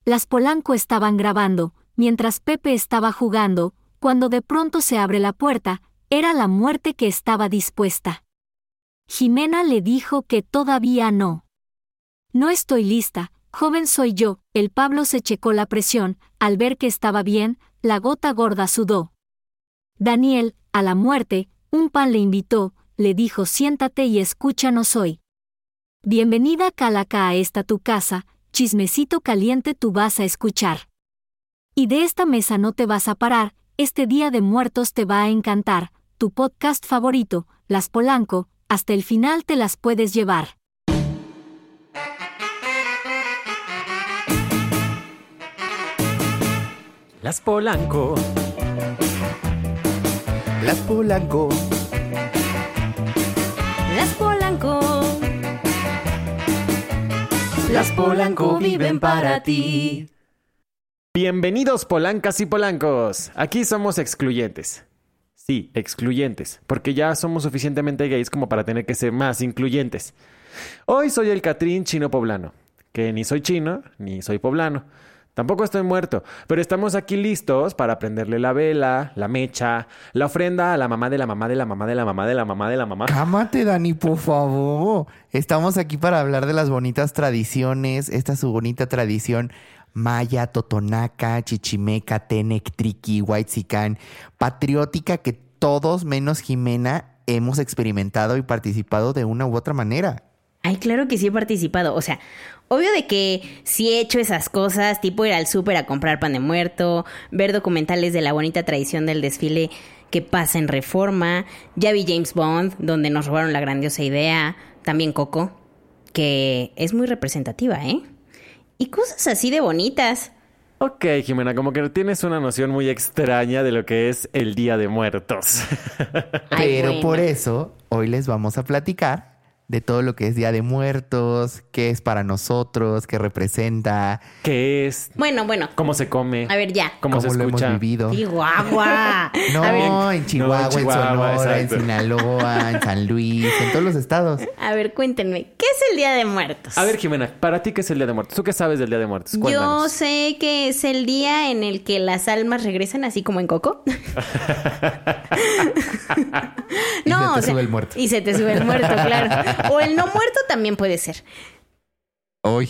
Las Polanco estaban grabando, mientras Pepe estaba jugando, cuando de pronto se abre la puerta. Era la muerte que estaba dispuesta. Jimena le dijo que todavía no. No estoy lista, joven soy yo. El Pablo se checó la presión, al ver que estaba bien, la gota gorda sudó. Daniel, a la muerte, un pan le invitó, le dijo siéntate y escúchanos hoy. Bienvenida Calaca a esta tu casa, chismecito caliente tú vas a escuchar. Y de esta mesa no te vas a parar, este Día de Muertos te va a encantar, tu podcast favorito, Las Polanco, hasta el final te las puedes llevar. Las Polanco. Las Polanco. Las Polanco. Las Polanco viven para ti. Bienvenidos polancas y polancos. Aquí somos excluyentes. Sí, excluyentes, porque ya somos suficientemente gays como para tener que ser más incluyentes. Hoy soy el Catrín chino poblano, que ni soy chino ni soy poblano. Tampoco estoy muerto, pero estamos aquí listos para prenderle la vela, la mecha, la ofrenda a la mamá de la mamá de la mamá de la mamá de la mamá de la mamá. Cámate, Dani, por favor. Estamos aquí para hablar de las bonitas tradiciones, esta su bonita tradición maya, totonaca, chichimeca, tenec, triqui, huaytzican, patriótica que todos menos Jimena hemos experimentado y participado de una u otra manera. Ay, claro que sí he participado. O sea, obvio de que sí he hecho esas cosas, tipo ir al súper a comprar pan de muerto, ver documentales de la bonita tradición del desfile que pasa en Reforma. Ya vi James Bond, donde nos robaron la grandiosa idea. También Coco, que es muy representativa, ¿eh? Y cosas así de bonitas. Ok, Jimena, como que tienes una noción muy extraña de lo que es el Día de Muertos. Ay, Pero bueno. por eso, hoy les vamos a platicar de todo lo que es Día de Muertos, qué es para nosotros, qué representa, ¿Qué es? Bueno. ¿Cómo se come? A ver, ya. ¿Cómo se lo escucha? hemos vivido. Chihuahua. No, A ver, en Chihuahua, No, en Chihuahua, en Sonora, exacto. en Sinaloa, en San Luis, en todos los estados. a ver, cuéntenme, ¿qué es el Día de Muertos? A ver, Jimena, ¿para ti qué es el Día de Muertos? ¿Tú qué sabes del Día de Muertos? Yo Cuéntanos. sé que es el día en el que las almas regresan, así como en Coco. Y se te sube el muerto. Y se te sube el muerto, claro. O el no muerto también puede ser. Hoy.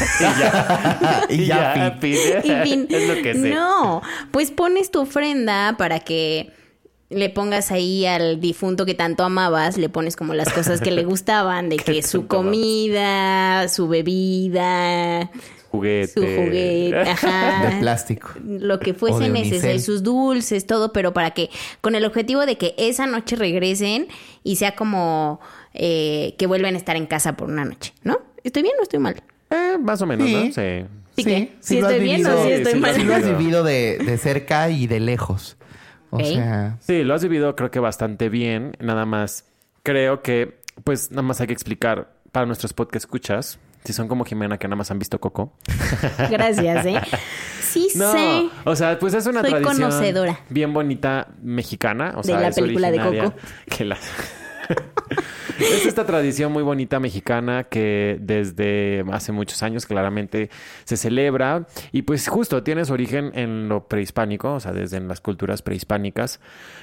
Y ya, fin. Y fin. Es lo que sé. No, pues pones tu ofrenda para que le pongas ahí al difunto que tanto amabas, le pones como las cosas que le gustaban, de que su tanto amabas. comida, su bebida, Juguete. su juguete, ajá. De plástico. Lo que O fuese de necesario, unicel. sus dulces, todo, pero para que, con el objetivo de que esa noche regresen y sea como que vuelven a estar en casa por una noche, ¿no? ¿Estoy bien o estoy mal? Más o menos, Sí. ¿no? Sí. ¿Sí qué? ¿Sí lo has estoy bien vivido. o sí estoy Sí, mal? Sí lo has vivido. vivido de cerca y de lejos. O Ok. sea, Sí, lo has vivido creo que bastante bien. Nada más creo que, pues, nada más hay que explicar para nuestros podcast escuchas, si son como Jimena que nada más han visto Coco. Gracias, ¿eh? Sí No, sé. o sea, pues es una Soy tradición conocedora. bien bonita mexicana. O De sea, la es película de originaria Coco. que la... Es esta tradición muy bonita mexicana que desde hace muchos años claramente se celebra y pues justo tiene su origen en lo prehispánico, o sea, desde en las culturas prehispánicas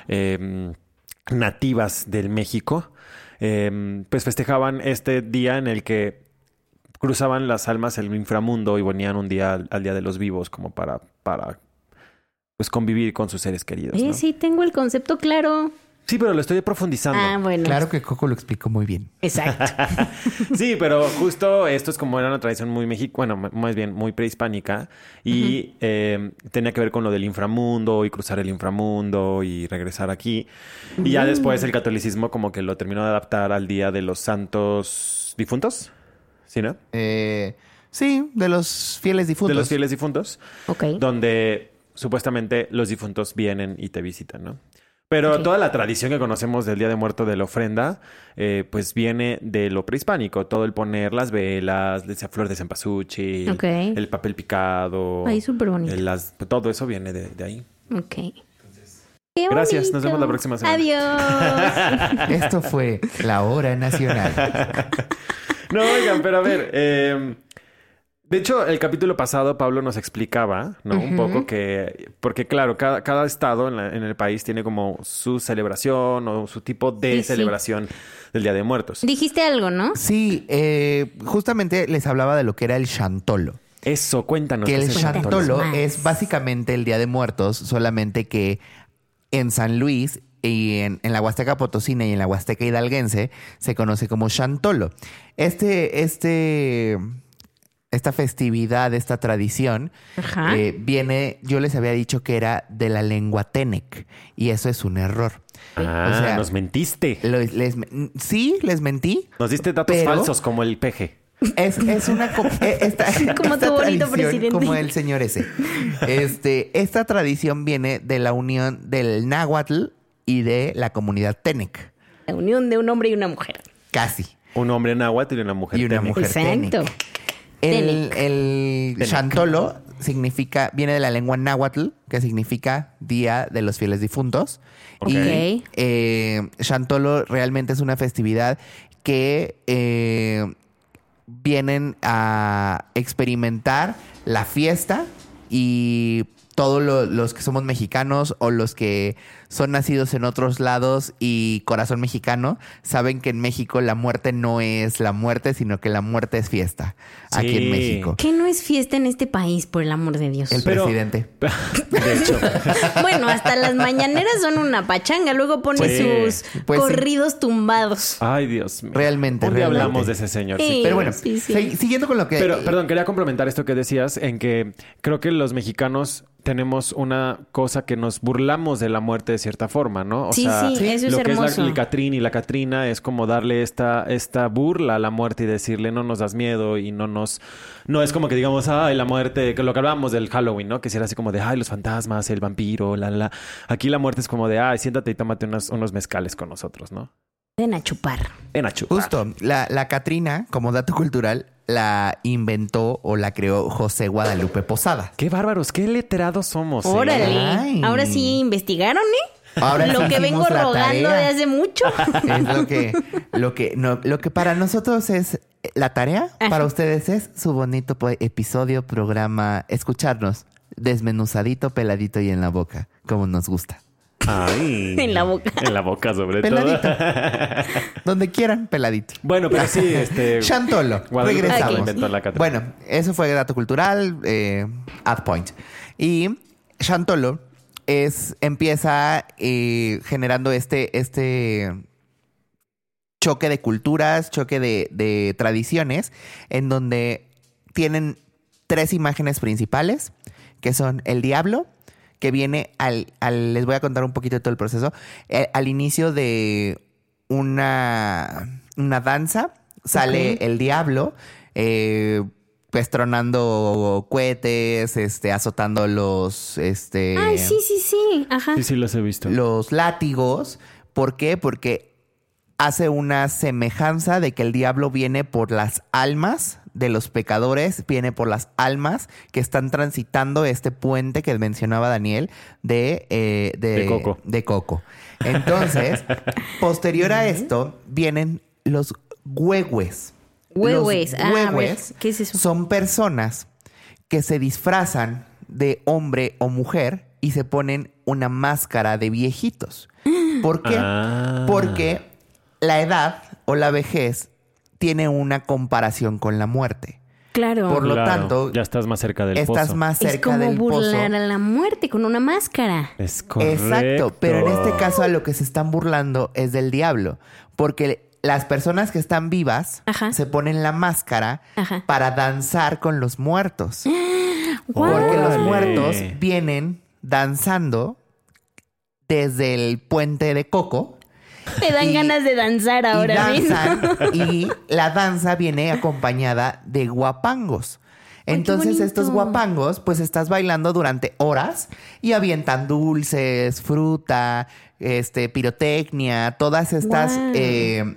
nativas del México, pues festejaban este día en el que cruzaban las almas el inframundo y venían un día al Día de los Vivos como para pues convivir con sus seres queridos, ¿no? Sí, tengo el concepto claro. Sí, pero lo estoy profundizando. Ah, bueno. claro que Coco lo explicó muy bien. Exacto. Sí, pero justo esto es como era una tradición muy bueno, más bien muy prehispánica y tenía que ver con lo del inframundo y cruzar el inframundo y regresar aquí. Y ya después el catolicismo como que lo terminó de adaptar al Día de los Santos Difuntos, ¿sí, no? Sí, de los fieles difuntos. De los fieles difuntos, Ok. donde supuestamente los difuntos vienen y te visitan, ¿no? Pero Ok. toda la tradición que conocemos del Día de Muerto de la ofrenda, pues viene de lo prehispánico. Todo el poner las velas, esa flor de cempasúchil, Ok. el papel picado. Ay, súper bonito. Todo eso viene de ahí. Ok. Qué Gracias, bonito. nos vemos la próxima semana. Adiós. Esto fue La Hora Nacional. No, oigan, pero a ver, De hecho, el capítulo pasado Pablo nos explicaba, ¿no? Un poco que... Porque claro, cada estado en el país tiene como su celebración o su tipo de celebración del Día de Muertos. Dijiste algo, ¿no? Sí, justamente les hablaba de lo que era el Chantolo. Eso, cuéntanos. Que ¿qué el es Chantolo más. es básicamente el Día de Muertos, solamente que en San Luis y en la Huasteca Potosina y en la Huasteca Hidalguense se conoce como Chantolo. Esta festividad, esta tradición, Ajá. viene, yo les había dicho que era de la lengua Tenec, y eso es un error. Ah, O sea, nos mentiste. Sí, les mentí. Nos diste datos pero falsos como el peje. Es una... Como tu bonito tradición, presidente. como el señor ese. Esta tradición viene de la unión del náhuatl y de la comunidad Tenec. La unión de un hombre y una mujer. Casi. Un hombre náhuatl y una mujer Y una Tenec. mujer Exacto. Tenec. El Chantolo viene de la lengua náhuatl, que significa Día de los Fieles Difuntos. Ok. Y Chantolo realmente es una festividad que vienen a experimentar la fiesta, y todos los que somos mexicanos o los que son nacidos en otros lados y corazón mexicano saben que en México la muerte no es la muerte, sino que la muerte es fiesta aquí Sí. en México. ¿Qué no es fiesta en este país, por el amor de Dios? El presidente. De hecho. Bueno, hasta las mañaneras son una pachanga. Luego pone Pues, sus pues sí. corridos tumbados. Ay, Dios mío. Realmente, Un día realmente. hablamos de ese señor. Sí. Sí. Pero bueno, Sí, sí. siguiendo con lo que... Pero, perdón, quería complementar esto que decías en que creo que los mexicanos tenemos una cosa que nos burlamos de la muerte de cierta forma, ¿no? O Sí, sea, sí, eso es lo que es hermoso. el Catrín y la Catrina es como darle esta burla a la muerte y decirle no nos das miedo y no es como que digamos, ay, la muerte, que lo que hablábamos del Halloween, ¿no? Que si era así como de, ay, los fantasmas, el vampiro, la. Aquí la muerte es como de, ay, siéntate y tómate unos mezcales con nosotros, ¿no? Ven a chupar. En a chupar. Justo, la Catrina, como dato cultural, la inventó o la creó José Guadalupe Posada. Qué bárbaros, qué letrados somos. Órale. Ay. Ahora sí investigaron, ¿eh? Ahora Lo sí que vengo hicimos la rogando tarea. de hace mucho. Es lo que para nosotros es la tarea, Ajá. para ustedes es su bonito episodio, programa, escucharnos desmenuzadito, peladito y en la boca, como nos gusta. Ay. En la boca. En la boca, sobre Peladito. todo. Donde quieran, peladito. Bueno, pero sí, Chantolo, Guadalupe regresamos. lo inventó la Catrina. Bueno, eso fue dato cultural, add point. Y Chantolo empieza generando este choque de culturas, choque de tradiciones, en donde tienen 3 imágenes principales, que son el diablo, que viene les voy a contar un poquito de todo el proceso, al inicio de una danza, sale el diablo, pues tronando cohetes, azotando los, Ay, sí. Ajá. Sí, los he visto. los látigos. ¿Por qué? Porque hace una semejanza de que el diablo viene por las almas de los pecadores, viene por las almas que están transitando este puente que mencionaba Daniel De Coco. de Coco. Entonces, posterior a esto, vienen los güegües. Güegües. Los Ah, a ver, güegües ¿qué es eso? son personas que se disfrazan de hombre o mujer y se ponen una máscara de viejitos. ¿Por qué? Ah. Porque la edad o la vejez tiene una comparación con la muerte. Claro. Por lo Claro, tanto, ya estás más cerca del estás pozo. más Es cerca como del pozo. burlar a la muerte con una máscara. Es correcto. Exacto, pero en este caso a lo que se están burlando es del diablo, porque las personas que están vivas Ajá. se ponen la máscara Ajá. para danzar con los muertos. Guau. Porque los Órale. muertos vienen danzando desde el puente de Coco. Me dan Y- ganas de danzar ahora y mismo. danzan, y la danza viene acompañada de guapangos. qué Entonces bonito. estos guapangos, pues estás bailando durante horas y avientan dulces, fruta, pirotecnia, todas estas Guau.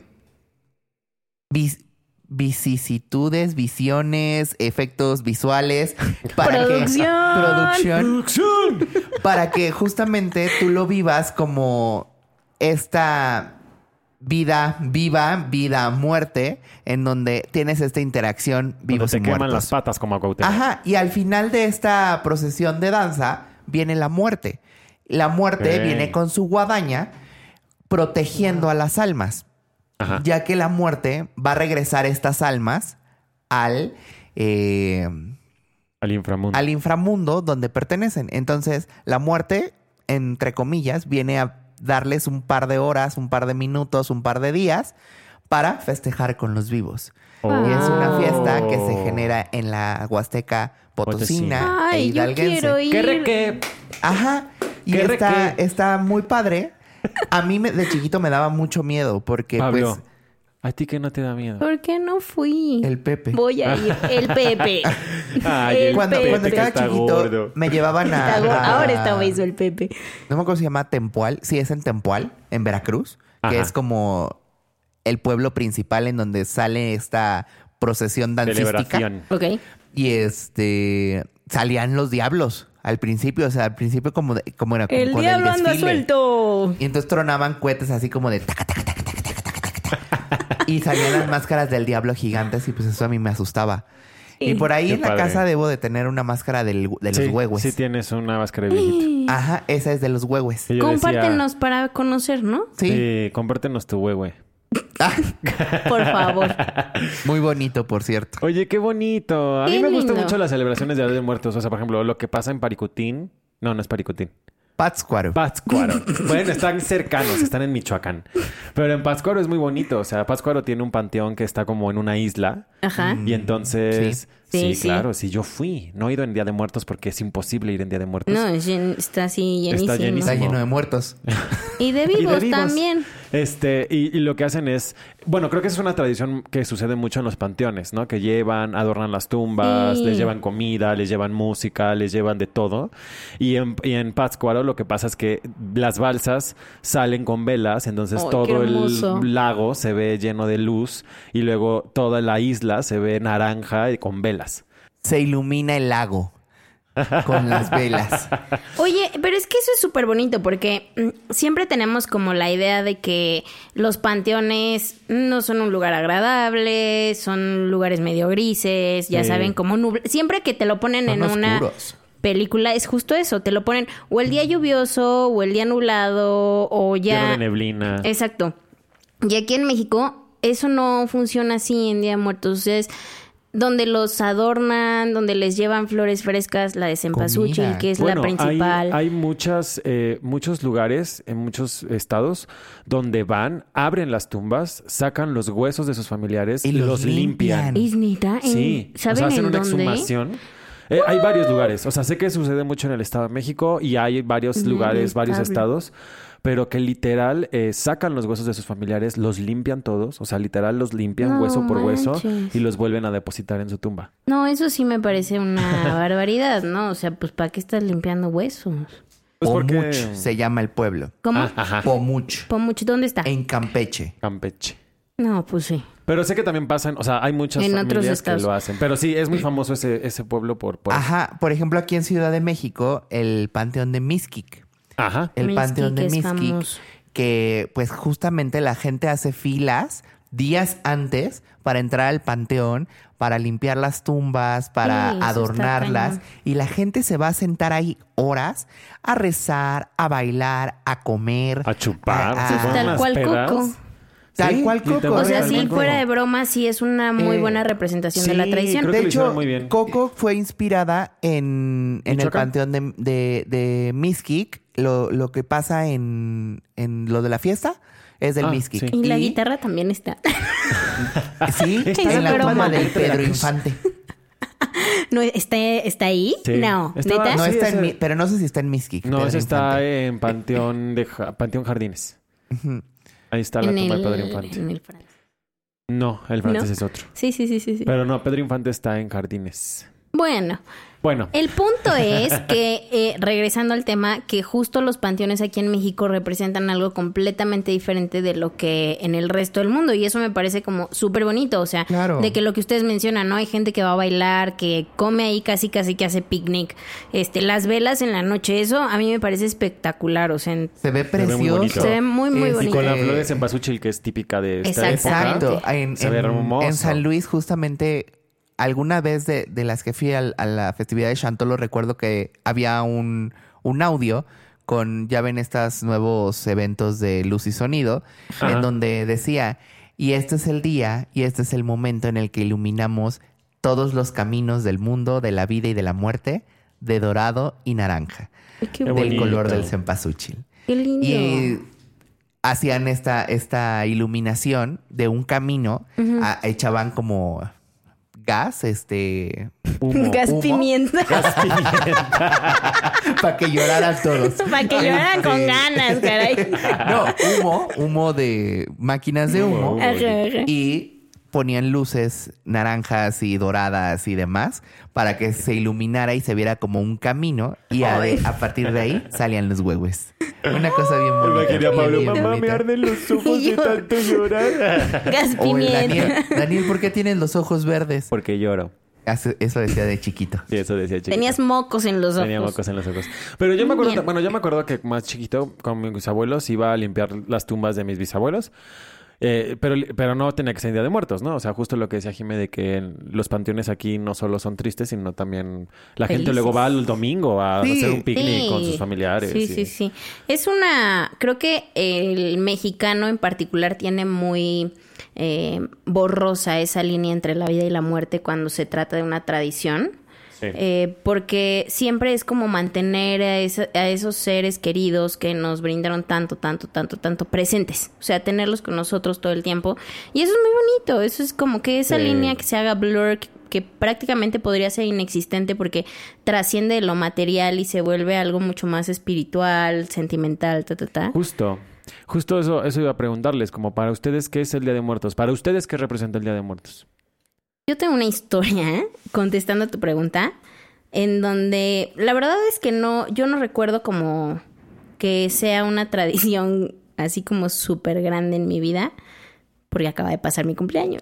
vicisitudes, visiones, efectos visuales Producción. producción para que justamente tú lo vivas como esta vida viva, vida muerte, en donde tienes esta interacción vivos Donde y te queman muertos. las patas como a Cuauhtémoc. Ajá, y al final de esta procesión de danza viene la muerte. La muerte Ok. viene con su guadaña protegiendo a las almas, Ajá. ya que la muerte va a regresar estas almas al Al inframundo. inframundo donde pertenecen. Entonces, la muerte, entre comillas, viene a darles un par de horas, un par de minutos, un par de días para festejar con los vivos. Oh. Y es una fiesta que se genera en la Huasteca Potosina e Ay, yo Hidalguense. quiero ir. ¿Qué re qué? Ajá. Y ¿Qué re está, qué? está muy padre. A mí de chiquito me daba mucho miedo porque Pablo, pues ¿a ti qué no te da miedo? ¿Por qué no fui? el Pepe. Voy a ir. El Pepe. Ay, El Cuando Pepe. estaba está chiquito gordo. me llevaban Ahora está obeso el Pepe. No me acuerdo si se llama Tempoal. Sí, es en Tempoal, en Veracruz. Que Ajá. es como el pueblo principal en donde sale esta procesión dancística. Celebración. Ok. Y salían los diablos al principio. O sea, al principio como era como El con diablo anda desfile. suelto. Y entonces tronaban cohetes así como de taca, taca, taca, taca, taca, taca, taca. Y salían las máscaras del diablo gigantes y pues eso a mí me asustaba. Y por ahí Qué en la padre. casa debo de tener una máscara de los Sí, huehues. sí tienes una máscara de viejito. Ajá, esa es de los huehues. Y yo Compártenos para conocer, ¿no? Sí, Sí, compártenos tu huehue. Por favor. muy bonito, por cierto. Oye, qué bonito. A mí Qué me gustan lindo. mucho las celebraciones de Día de Muertos. O sea, por ejemplo, lo que pasa en Paricutín. No, no es Paricutín. Pátzcuaro. Pátzcuaro. Bueno, están cercanos, están en Michoacán. Pero en Pátzcuaro es muy bonito. O sea, Pátzcuaro tiene un panteón que está como en una isla. Ajá. Y entonces... Sí, Sí, claro. Sí, yo fui. No he ido en Día de Muertos porque es imposible ir en Día de Muertos. No, está así Está llenísimo. llenísimo. Está lleno de muertos. Y de Y de vivos, vivos. también. Y lo que hacen es... Bueno, creo que esa es una tradición que sucede mucho en los panteones, ¿no? Que llevan, adornan las tumbas, Sí. les llevan comida, les llevan música, les llevan de todo. Y en Pátzcuaro lo que pasa es que las balsas salen con velas, entonces ¡Ay, qué todo hermoso! el lago se ve lleno de luz y luego toda la isla se ve naranja y con velas. Se ilumina el lago con las velas. Oye, pero es que eso es súper bonito porque siempre tenemos como la idea de que los panteones no son un lugar agradable, son lugares medio grises, ya Sí. saben, como siempre que te lo ponen Son en una oscuros. película es justo eso, te lo ponen o el día lluvioso o el día nublado o ya... Lleno de neblina. Exacto. Y aquí en México eso no funciona así en Día de Muertos. Es donde los adornan, donde les llevan flores frescas, la de cempasúchil, Comida. que es Bueno, la principal. Hay muchos lugares en muchos estados donde van, abren las tumbas, sacan los huesos de sus familiares Y los limpian. limpian. ¿Es neta? Sí, o ¿Saben sea, hacen en una dónde? exhumación. Hay varios lugares. O sea, sé que sucede mucho en el Estado de México y hay varios lugares, varios estable. estados, pero que literal sacan los huesos de sus familiares, los limpian todos. O sea, literal los limpian No hueso por hueso manches. y los vuelven a depositar en su tumba. No, eso sí me parece una barbaridad, ¿no? O sea, pues ¿para qué estás limpiando huesos? Pues porque... Pomuch se llama el pueblo. ¿Cómo? Ah, ajá, Pomuch. Pomuch, ¿dónde está? En Campeche. Campeche. No, pues sí. Pero sé que también pasan, o sea, hay muchas En otros familias que estados. lo hacen. Pero sí, es muy famoso ese pueblo por eso. Ajá. Por ejemplo, aquí en Ciudad de México, el Panteón de Mixquic. Ajá. El Mixquic Panteón de es Mixquic. famoso. Que pues justamente la gente hace filas días antes para entrar al panteón, para limpiar las tumbas, para Sí, eso está adornarlas. cañón. Y la gente se va a sentar ahí horas a rezar, a bailar, a comer. A chupar. a- Se a- ponen Tal unas cual pedas. Coco. Tal Sí, cual Coco. literal, O sea, tal sí, cual fuera Coco. de broma, sí es una muy buena representación de la sí, tradición. creo que De lo hicieron hecho, muy bien. Coco fue inspirada en el Michoacán. panteón de Mixquic. Lo que pasa en lo de la fiesta es del Ah, Mixquic. sí. Y la guitarra también está. Sí, Está en la broma. tumba del Monte de la Pedro Cruz. Infante. ¿No está ahí? Sí. No, Estaba- ¿neta? No Sí, está ese- en pero no sé si está en Mixquic. No, Pedro ese está Infante. en Panteón Jardines. Ahí está la en tumba el, de Pedro Infante. en el francés. No, el francés ¿No? es otro. Sí. Pero no, Pedro Infante está en Jardines. Bueno, Bueno, el punto es que, regresando al tema, que justo los panteones aquí en México representan algo completamente diferente de lo que en el resto del mundo. Y eso me parece como súper bonito. O sea, Claro. de que lo que ustedes mencionan, ¿no? Hay gente que va a bailar, que come ahí casi que hace picnic. Las velas en la noche, eso a mí me parece espectacular. O sea, Se ve ve muy precioso. bonito. se ve muy, muy Es- y bonito. con la flor de cempasúchil, que es típica de esta Exactamente. época. Exacto. Se ve hermoso. En San Luis, justamente, alguna vez de las que fui a la festividad de Chantolo, recuerdo que había un audio con, ya ven, estos nuevos eventos de luz y sonido, Ajá. en donde decía, y este es el día y este es el momento en el que iluminamos todos los caminos del mundo, de la vida y de la muerte, de dorado y naranja, Ay, qué Qué del bonito. color del cempasúchil. Qué lindo. Y hacían esta iluminación de un camino, echaban como gas, Humo. Gas humo. pimienta. para que lloraran todos. Para que lloraran con ganas, caray. No, humo de máquinas de humo. Ajá, ajá. Y ponían luces naranjas y doradas y demás para que se iluminara y se viera como un camino. Y a partir de ahí salían los huevos. Una cosa bien bonita. Imaginé a Pablo, bien mamá, me bonita. arden los ojos de tanto llorar. Gas O el pimienta. Daniel, ¿por qué tienes los ojos verdes? Porque lloro. Eso decía de chiquito. Sí, eso decía chiquito. Tenías mocos en los ojos. Tenía mocos en los ojos. Pero yo me Muy acuerdo, bien. bueno, yo me acuerdo que más chiquito, con mis abuelos, iba a limpiar las tumbas de mis bisabuelos. Pero no tenía que ser Día de Muertos, ¿no? O sea, justo lo que decía Jimé de que los panteones aquí no solo son tristes, sino también la gente Felices. luego va el domingo a Sí. hacer un picnic Sí. con sus familiares. Sí, sí, sí. Creo que el mexicano en particular tiene muy borrosa esa línea entre la vida y la muerte cuando se trata de una tradición. Sí. Porque siempre es como mantener a esos seres queridos que nos brindaron tanto presentes. O sea, tenerlos con nosotros todo el tiempo. Y eso es muy bonito. Eso es como que esa Sí. línea que se haga blur, que prácticamente podría ser inexistente porque trasciende lo material y se vuelve algo mucho más espiritual, sentimental, Justo eso iba a preguntarles, como para ustedes, ¿qué es el Día de Muertos? Para ustedes, ¿qué representa el Día de Muertos? Yo tengo una historia, contestando a tu pregunta, en donde la verdad es que yo no recuerdo como que sea una tradición así como súper grande en mi vida, porque acaba de pasar mi cumpleaños.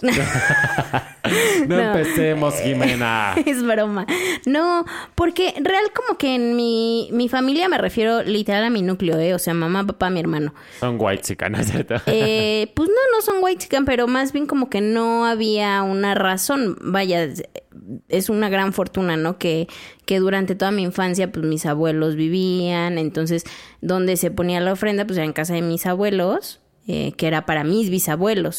No No. empecemos, Jimena. Es broma. No, porque real como que en mi familia me refiero literal a mi núcleo, o sea, mamá, papá, mi hermano. Son white ¿no es cierto? Pues no son white chican, pero más bien como que no había una razón. Vaya, es una gran fortuna, ¿no? Que durante toda mi infancia, pues mis abuelos vivían. Entonces, donde se ponía la ofrenda, pues era en casa de mis abuelos, que era para mis bisabuelos.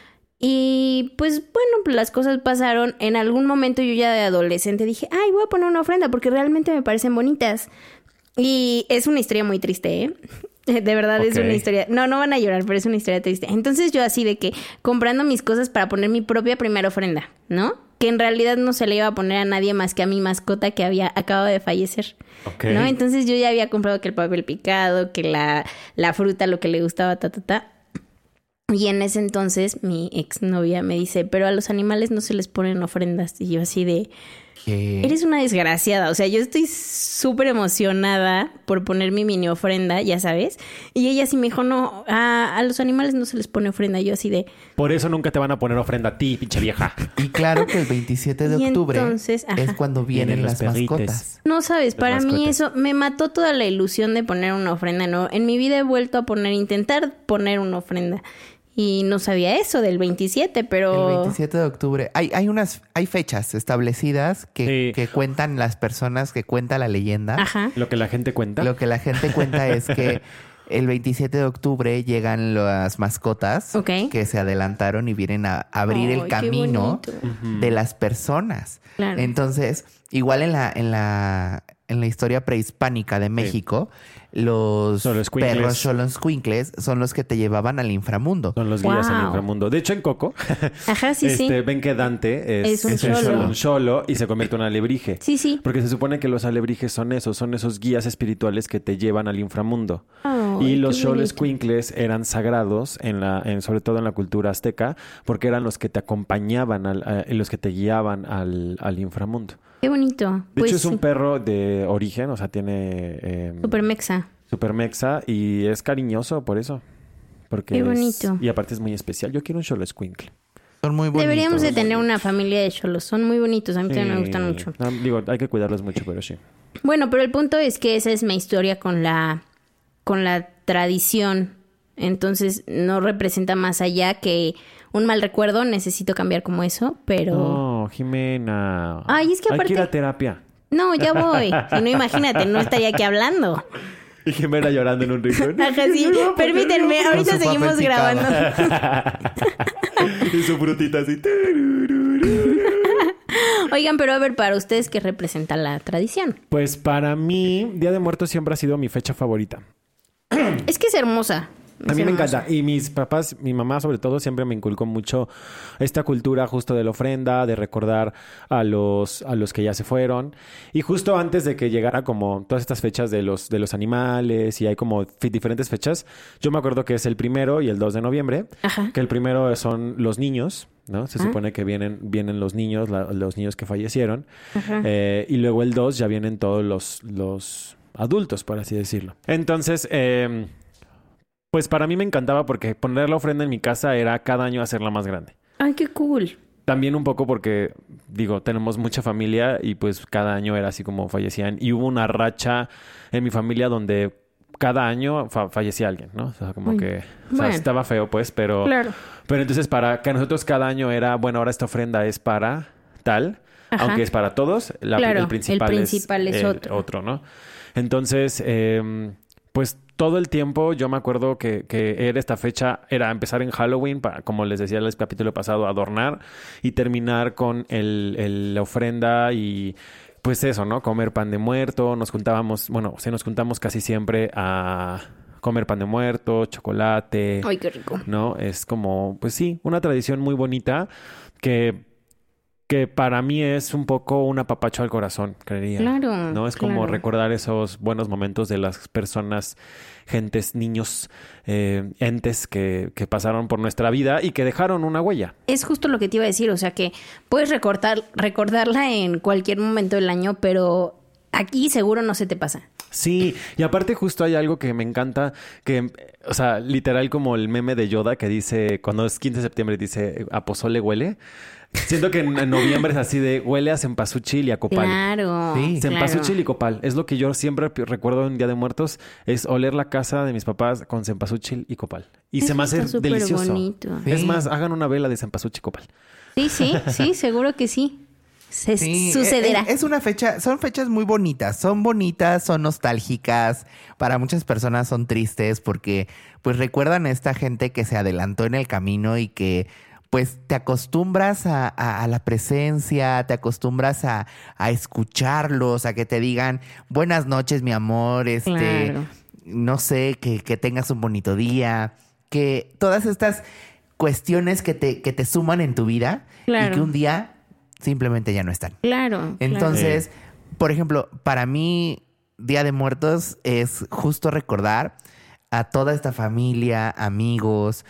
Y pues bueno, pues las cosas pasaron. En algún momento yo ya de adolescente dije, ay, voy a poner una ofrenda porque realmente me parecen bonitas. Y es una historia muy triste, ¿eh? De verdad es Ok. una historia... No van a llorar, pero es una historia triste. Entonces yo así de que comprando mis cosas para poner mi propia primera ofrenda, ¿no? Que en realidad no se le iba a poner a nadie más que a mi mascota que acababa de fallecer. Ok. ¿No? Entonces yo ya había comprado que el papel picado, que la fruta, lo que le gustaba, Y en ese entonces mi exnovia me dice, pero a los animales no se les ponen ofrendas. Y yo así de, eres una desgraciada. O sea, yo estoy súper emocionada por poner mi mini ofrenda, ya sabes. Y ella sí me dijo, no, a los animales no se les pone ofrenda. Yo así de... Por eso nunca te van a poner ofrenda a ti, pinche vieja. Y claro que el 27 de Y octubre entonces, ajá. es cuando vienen Vienen las los perrites. mascotas. No sabes, para mí mascotas. eso me mató toda la ilusión de poner una ofrenda. No, en mi vida he vuelto a intentar poner una ofrenda. Y no sabía eso del 27, pero... El 27 de octubre. Hay fechas establecidas que cuentan las personas, que cuenta la leyenda. Ajá. Lo que la gente cuenta. Lo que la gente cuenta es que el 27 de octubre llegan las mascotas Ok. que se adelantaron y vienen a abrir Ay, el qué camino bonito. de las personas. Claro. Entonces, igual en la historia prehispánica de México, los Xoloscuincles. perros xoloscuincles son los que te llevaban al inframundo. Son los guías al Wow. inframundo. De hecho, en Coco, Ajá, sí, sí. ven que Dante Es un xolo. un xolo y se convierte en un alebrije. Sí, sí. Porque se supone que los alebrijes son esos guías espirituales que te llevan al inframundo. Ay, Y los qué bonito. xoloscuincles eran sagrados, sobre todo en la cultura azteca, porque eran los que te acompañaban y los que te guiaban al inframundo. Qué bonito. De Pues hecho, es un sí. perro de origen, o sea, tiene... Super mexa. super mexa y es cariñoso por eso. Porque Qué bonito. Y aparte es muy especial. Yo quiero un xoloescuincle. Son muy bonitos. Deberíamos de tener una familia de cholos. Son muy bonitos. A mí también me gustan mucho. No, digo, hay que cuidarlos mucho, pero sí. Bueno, pero el punto es que esa es mi historia con la tradición. Entonces no representa más allá que un mal recuerdo. Necesito cambiar como eso, pero... No, Jimena. Ay, es que Hay que ir aparte- a terapia. No, ya voy. Si no, imagínate, no estaría aquí hablando. Y Jimena llorando en un rincón. Ajá, sí. Permítanme, ahorita su seguimos papel picado. grabando. Y su frutita así. Oigan, pero a ver, para ustedes, ¿qué representa la tradición? Pues para mí, Día de Muertos siempre ha sido mi fecha favorita. Es que es hermosa. A mí Es me hermosa. encanta. Y mis papás, mi mamá sobre todo, siempre me inculcó mucho esta cultura justo de la ofrenda, de recordar a los que ya se fueron. Y justo antes de que llegara como todas estas fechas de los animales y hay como diferentes fechas, yo me acuerdo que es el 1 y el 2 de noviembre. Ajá. Que el 1 son los niños, ¿no? Se supone que vienen los niños, los niños que fallecieron. Ajá. Y luego el 2 ya vienen todos los adultos, por así decirlo. Entonces, pues para mí me encantaba porque poner la ofrenda en mi casa era cada año hacerla más grande. Ay, qué cool. También un poco porque, digo, tenemos mucha familia y pues cada año era así como fallecían. Y hubo una racha en mi familia donde cada año fallecía alguien, ¿no? O sea, como Ay, que... O sea, bueno. estaba feo, pues, pero... Claro. Pero entonces para que nosotros cada año era, bueno, ahora esta ofrenda es para tal, Ajá. aunque es para todos, Claro, el principal, el principal es otro. ¿no? Entonces, pues todo el tiempo yo me acuerdo que era esta fecha, era empezar en Halloween, para, como les decía en el capítulo pasado, adornar y terminar con la ofrenda y pues eso, ¿no? Comer pan de muerto, nos juntamos casi siempre a comer pan de muerto, chocolate, Ay, qué rico. ¿no? Es como, pues sí, una tradición muy bonita que para mí es un poco un apapacho al corazón, creería. Claro, ¿No? Es como claro. recordar esos buenos momentos de las personas, gentes, niños, entes que pasaron por nuestra vida y que dejaron una huella. Es justo lo que te iba a decir, o sea que puedes recordarla en cualquier momento del año, pero aquí seguro no se te pasa. Sí, y aparte justo hay algo que me encanta, que, o sea, literal como el meme de Yoda que dice, cuando es 15 de septiembre, dice, ¿a pozole huele? Siento que en noviembre es así de, huele a cempasúchil y a copal. Claro. Sí. Cempasúchil y copal. Es lo que yo siempre recuerdo en Día de Muertos, es oler la casa de mis papás con cempasúchil y copal. Y se me hace Está súper delicioso. bonito. Sí. Es más, hagan una vela de cempasúchil y copal. Sí, seguro que sí. Sí, Sucederá. Es una fecha, son fechas muy bonitas, son nostálgicas, para muchas personas son tristes porque pues recuerdan a esta gente que se adelantó en el camino y que pues te acostumbras a la presencia, te acostumbras a escucharlos, a que te digan buenas noches, mi amor, Claro. no sé, que tengas un bonito día, que todas estas cuestiones que te suman en tu vida Claro. y que un día simplemente ya no están. Claro. Entonces, por ejemplo, para mí, Día de Muertos es justo recordar a toda esta familia, amigos,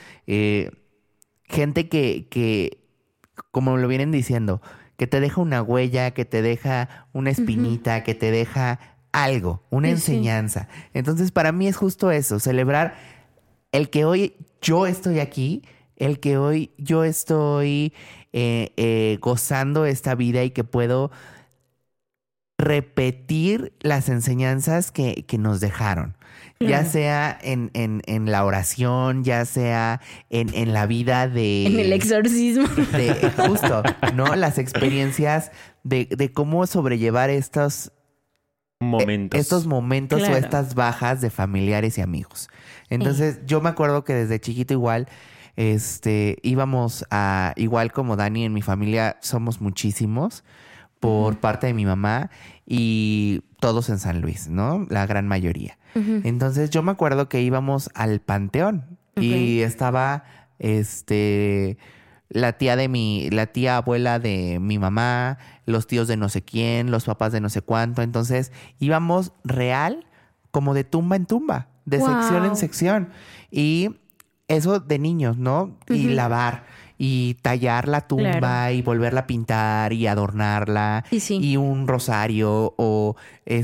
gente que, como lo vienen diciendo, que te deja una huella, que te deja una espinita, que te deja algo, una Sí, sí. enseñanza. Entonces, para mí es justo eso, celebrar el que hoy yo estoy aquí, el que hoy yo estoy gozando esta vida y que puedo repetir las enseñanzas que nos dejaron. Ya Claro. sea en la oración, ya sea en la vida de... En el exorcismo. Justo, ¿no? Las experiencias de cómo sobrellevar estos momentos Claro. o estas bajas de familiares y amigos. Entonces, yo me acuerdo que desde chiquito igual, íbamos a, igual como Dani, en mi familia somos muchísimos por parte de mi mamá y todos en San Luis, ¿no? La gran mayoría. Entonces, yo me acuerdo que íbamos al panteón y estaba, la tía abuela de mi mamá, los tíos de no sé quién, los papás de no sé cuánto. Entonces íbamos real como de tumba en tumba, de Wow. sección en sección. Y eso de niños, ¿no? Y lavar y tallar la tumba Claro. y volverla a pintar y adornarla. Sí. Y un rosario o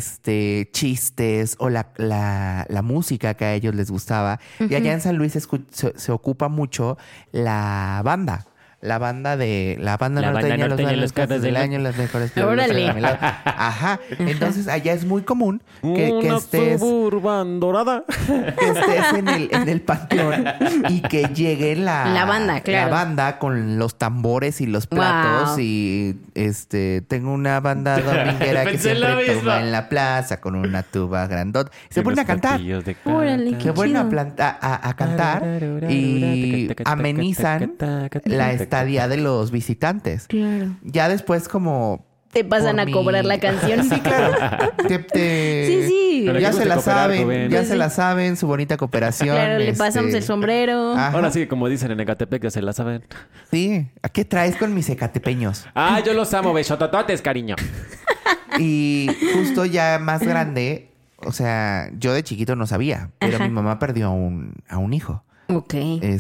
chistes o la música que a ellos les gustaba. Y allá en San Luis se ocupa mucho la banda. La banda norteña, los caras del año, las mejores Órale. Ajá. Entonces allá es muy común que Una estés Suburban dorada. que estés en el panteón y que llegue La banda, claro. la banda con los tambores y los platos. Wow. Y tengo una banda dominguera que Pensé en la siempre misma. toma en la plaza con una tuba grandota. Se Y ponen a los cantar. platillos de Órale, plata. Se ponen chido. a cantar y amenizan la estadía de los visitantes. Claro. Ya después como... Te pasan por a cobrar la canción. Sí, claro. Sí. Pero Ya hay que se la cooperar, saben, joven. ya Sí. se la saben, su bonita cooperación. Claro, le pasamos el sombrero. Ajá. Ahora sí, como dicen en Ecatepec, ya se la saben. Sí. ¿A qué traes con mis ecatepeños? Ah, yo los amo, besotototes, cariño. Y justo ya más grande, o sea, yo de chiquito no sabía, pero Ajá. mi mamá perdió a un hijo. Ok.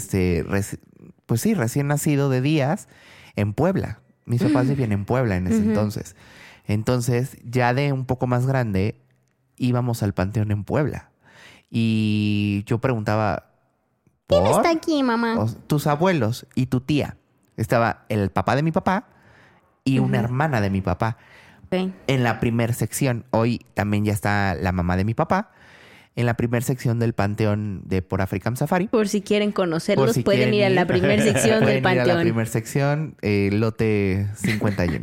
Pues sí, recién nacido de días en Puebla. Mis papás vivían en Puebla en ese entonces. Entonces, ya de un poco más grande, íbamos al panteón en Puebla. Y yo preguntaba, ¿Quién ¿por? está aquí, mamá? Tus abuelos y tu tía. Estaba el papá de mi papá y una hermana de mi papá. Ok. En la primer sección, hoy también ya está la mamá de mi papá. En la primer sección del panteón de Por African Safari. Por si quieren conocerlos, Por si pueden quieren ir a la ir. primera sección Pueden del ir a la panteón. primera sección, lote 51.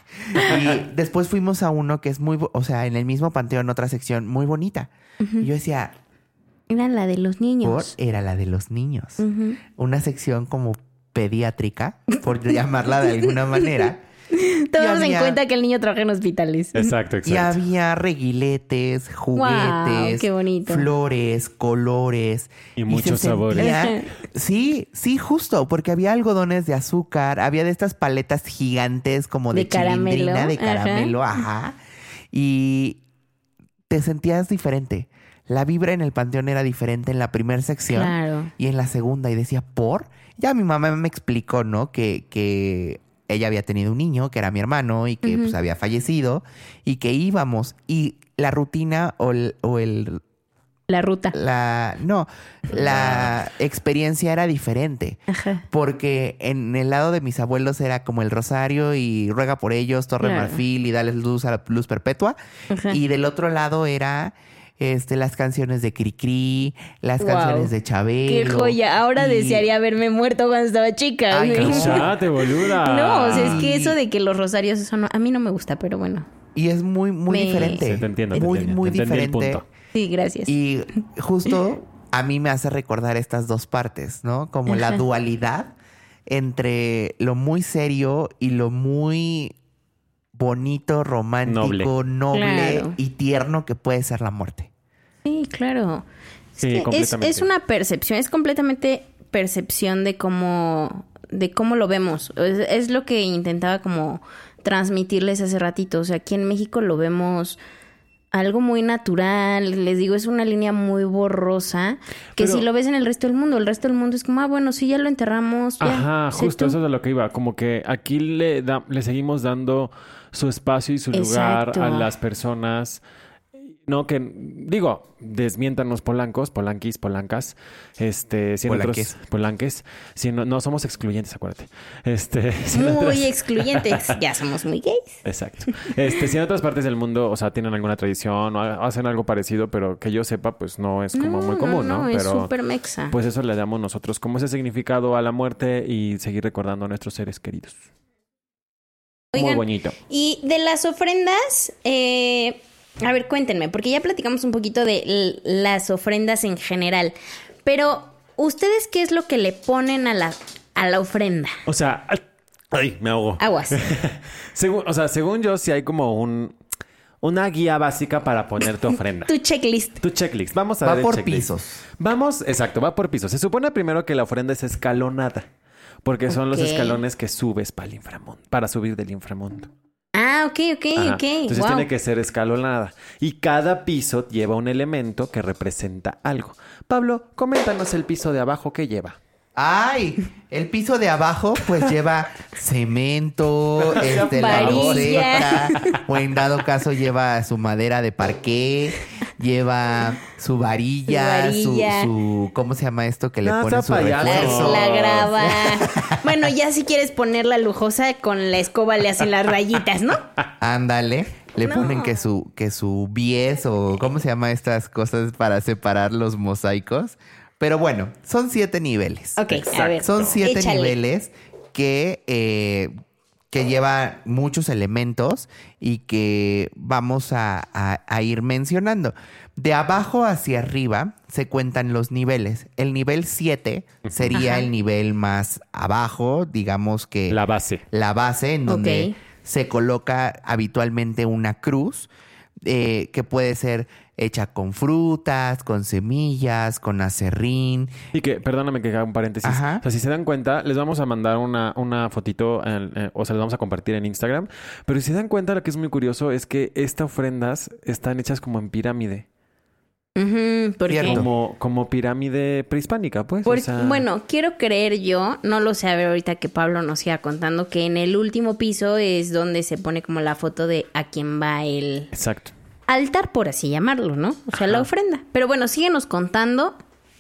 Y después fuimos a uno que es o sea, en el mismo panteón, otra sección muy bonita. Y yo decía, Era la de los niños. era la de los niños. Ujú. Una sección como pediátrica, por llamarla de alguna manera. Tomamos en había- cuenta que el niño trabaja en hospitales. Exacto, Y había reguiletes, juguetes, qué bonito. flores, colores. Y se muchos sabores. sentía- Sí, justo, porque había algodones de azúcar, había de estas paletas gigantes como de De caramelo, chilindrina, de ajá. caramelo, ajá. Y te sentías diferente. La vibra en el panteón era diferente en la primera sección Claro. y en la segunda. Y decía, ¿por? Ya mi mamá me explicó, ¿no? Que ella había tenido un niño, que era mi hermano, y que pues había fallecido, y que íbamos. Y la rutina La ruta. la experiencia era diferente. Ajá. Porque en el lado de mis abuelos era como el rosario y ruega por ellos, torre Claro. marfil y dales luz a la luz perpetua. Ajá. Y del otro lado era las canciones de Cricri, las Wow. canciones de Chabelo. Qué joya. Ahora y- desearía haberme muerto cuando estaba chica. Ay, güey. no. ¡Cállate, boluda! No, o sea, es que Y- eso de que los rosarios, eso no, a mí no me gusta, pero bueno. Y es muy Me- diferente. Sí, te entiendo, Muy te entendí el diferente. punto. Sí, gracias. Y justo a mí me hace recordar estas dos partes, ¿no? Como la Ajá. dualidad entre lo muy serio y lo muy bonito, romántico, noble Claro. y tierno que puede ser la muerte. Sí, claro. Es Sí, que completamente. es una percepción, es completamente percepción de cómo lo vemos. Es lo que intentaba como transmitirles hace ratito. O sea, aquí en México lo vemos algo muy natural. Les digo, es una línea muy borrosa que Pero- si lo ves en el resto del mundo es como, bueno, sí, ya lo enterramos. Ya, Ajá, sé justo tú. eso es de lo que iba. Como que aquí le seguimos dando su espacio y su lugar Exacto. a las personas. No, que digo, desmiéntanos polanquis, polancas, si en Polanques. otros polanques, si no somos excluyentes, acuérdate. Si en Muy otras- excluyentes. Ya somos muy gays. Exacto. Si en otras partes del mundo, o sea, tienen alguna tradición o hacen algo parecido, pero que yo sepa, pues no es como muy común, ¿no? es Pero súper mexa. pues eso le damos nosotros como ese significado a la muerte y seguir recordando a nuestros seres queridos. Muy Oigan, bonito. Y de las ofrendas, a ver, cuéntenme, porque ya platicamos un poquito de las ofrendas en general, pero ¿ustedes qué es lo que le ponen a la ofrenda? O sea, ay, me ahogo. Aguas. Según yo, sí hay como una guía básica para poner tu ofrenda. Tu checklist. Tu checklist. Vamos a Va ver el por checklist. pisos. Vamos, exacto, va por pisos. Se supone primero que la ofrenda es escalonada, porque son los Ok. escalones que subes para el inframundo, para subir del inframundo. Ah, ok. Ajá. Entonces Wow. tiene que ser escalonada. Y cada piso lleva un elemento que representa algo. Pablo, coméntanos el piso de abajo que lleva. ¡Ay! El piso de abajo pues lleva cemento, la loseta, o en dado caso lleva su madera de parqué, lleva su varilla, su ¿cómo se llama esto que le ponen su refuerzo? La grava. Bueno, ya si quieres ponerla lujosa, con la escoba le hacen las rayitas, ¿no? Ándale. Le ponen que su bies o ¿cómo se llama estas cosas para separar los mosaicos? Pero bueno, son 7 niveles. Ok, a ver. Son 7 Échale. niveles que lleva muchos elementos y que vamos a ir mencionando. De abajo hacia arriba se cuentan los niveles. El nivel 7 sería el nivel más abajo, digamos que... La base. La base en donde se coloca habitualmente una cruz que puede ser hecha con frutas, con semillas, con aserrín. Y que, perdóname que haga un paréntesis. Ajá. O sea, si se dan cuenta, les vamos a mandar una fotito, o sea, les vamos a compartir en Instagram. Pero si se dan cuenta, lo que es muy curioso es que estas ofrendas están hechas como en pirámide. ¿Por qué? Como pirámide prehispánica, pues. O sea... Bueno, quiero creer yo, no lo sé, a ver ahorita que Pablo nos siga contando, que en el último piso es donde se pone como la foto de a quién va el... Exacto. Altar, por así llamarlo, ¿no? O sea, la ofrenda. Pero bueno, síguenos contando.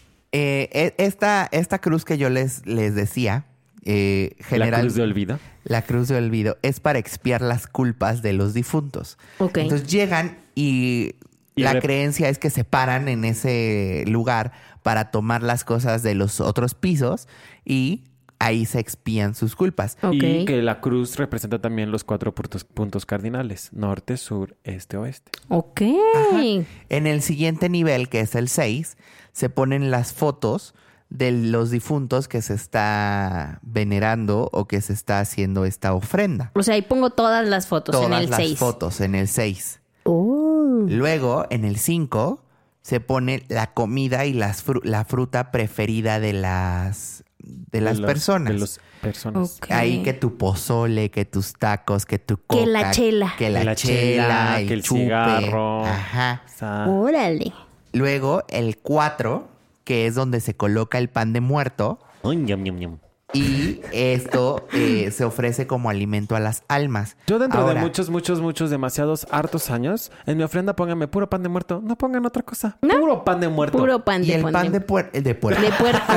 Esta cruz que yo les decía, general, la cruz de olvido. La cruz de olvido es para expiar las culpas de los difuntos. Ok. Entonces llegan y la creencia es que se paran en ese lugar para tomar las cosas de los otros pisos y ahí se expían sus culpas. Y que la cruz representa también los 4 puntos cardinales. Norte, sur, este, oeste. Ok. Ajá. En el siguiente nivel, que es el 6, se ponen las fotos de los difuntos que se está venerando o que se está haciendo esta ofrenda. O sea, ahí pongo todas las fotos en el 6. Todas las fotos en el 6. Oh. Luego, en el 5, se pone la comida y la fruta preferida de las personas. De las personas. Ok. Ahí que tu pozole, que tus tacos, que tu coca. Que la chela. Que la chela, que el chupe. cigarro. Ajá. Órale. Luego, el 4, que es donde se coloca el pan de muerto. Yum, yum, yum. Y esto se ofrece como alimento a las almas. Yo dentro de muchos, demasiados hartos años, en mi ofrenda pónganme puro pan de muerto. No pongan otra cosa. ¿No? Puro pan de muerto. Puro pan Y de el muerto. pan de puerco. De puerco.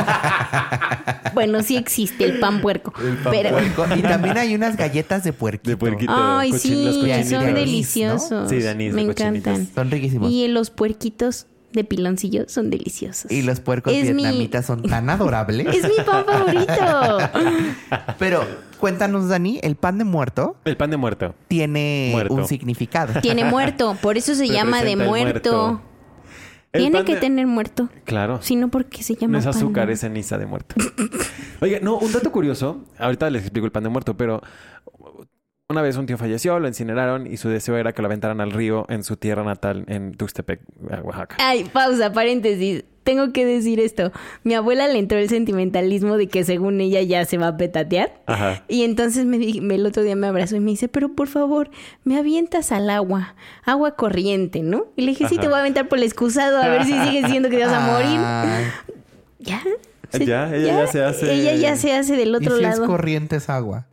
Bueno, sí existe el pan puerco. El pan puerco. Y también hay unas galletas de puerquito. De puerquito. Ay, Los sí, cochinitos. son de anís, deliciosos. ¿no? Sí, de anís, me de cochinitos. encantan. Son riquísimos. Y los puerquitos de piloncillo son deliciosos. Y los puercos vietnamitas son tan adorables. Es mi pan favorito. Pero cuéntanos, Dani, el pan de muerto El pan de muerto. tiene un significado. Tiene muerto, por eso se llama de Representa el muerto. El Tiene pan que de- tener muerto. Claro. Si no, ¿por qué se llama No es pan de azúcar, muerto? es ceniza de muerto. Oye, no, un dato curioso. Ahorita les explico el pan de muerto, pero una vez un tío falleció, lo incineraron y su deseo era que lo aventaran al río en su tierra natal, en Tuxtepec, Oaxaca. Ay, pausa, paréntesis. Tengo que decir esto. Mi abuela le entró el sentimentalismo de que según ella ya se va a petatear. Ajá. Y entonces el otro día me abrazó y me dice, pero por favor, me avientas al agua corriente, ¿no? Y le dije, sí, te voy a aventar por el excusado a ver si sigues siendo que te vas a morir. Ay, Ya. Ya, ella ya se hace- Ella ya se hace del ¿y otro si lado. es corriente es agua?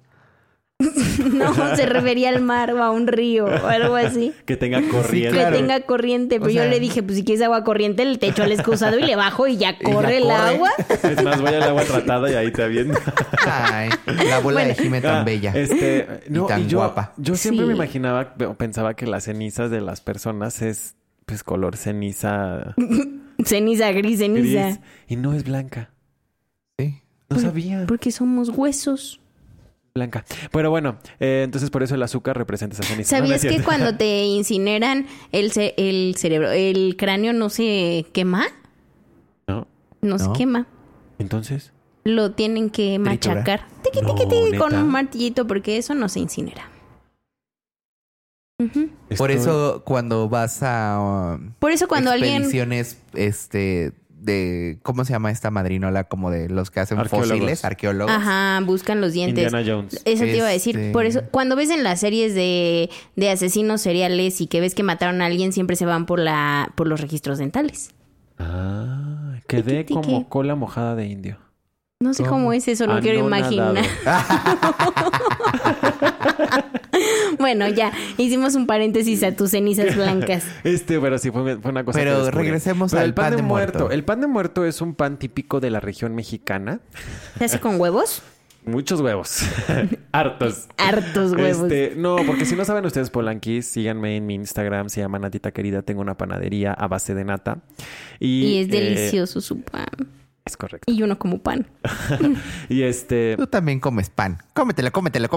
No, se refería al mar o a un río o algo así. Que tenga corriente. claro. Que tenga corriente. Pero O sea- yo le dije, pues si quieres agua corriente, le echo al excusado y le bajo y ya corre el corre. agua. Es más, voy al agua tratada y ahí te aviento. Ay, la bola de Jime tan bella. No, y tan yo, guapa. Yo siempre Sí. me imaginaba, pensaba que las cenizas de las personas es pues color ceniza Ceniza, gris, ceniza. gris y no es blanca. Sí. No sabía. Porque somos huesos. Blanca. Pero bueno, entonces por eso el azúcar representa esa ceniza. No, no ¿Sabías es que cierto. cuando te incineran el cerebro, el cráneo no se quema? No. No se ¿No? quema. Entonces, Lo tienen que Triturar. machacar. Tiqui, No, tiqui, tiqui, con ¿neta? un martillito porque eso no se incinera. Ujú. Por estoy- eso cuando vas a Por eso cuando alguien... expediciones de ¿cómo se llama esta madrinola? Como de los que hacen Arqueólogos. fósiles, arqueólogos. Ajá, buscan los dientes. Indiana Jones. Eso te iba a decir. Este- Por eso, cuando ves en las series de asesinos seriales y que ves que mataron a alguien, siempre se van por los registros dentales. Ah, quedé Tiqui, tiqui. como cola mojada de indio. No sé cómo es eso, no quiero Anonadado. imaginar. Bueno, ya, hicimos un paréntesis a tus cenizas blancas. Pero sí fue una cosa. Pero que descubrí. regresemos Pero al el pan pan de de muerto. muerto. El pan de muerto es un pan típico de la región mexicana. ¿Se hace con huevos? Muchos huevos. Hartos. Hartos huevos. No, porque si no saben ustedes, Polanquis, síganme en mi Instagram. Se llama Natita Querida. Tengo una panadería a base de nata. Y es delicioso su pan. Es correcto. Y yo no como pan. Y Tú también comes pan. Cómetelo.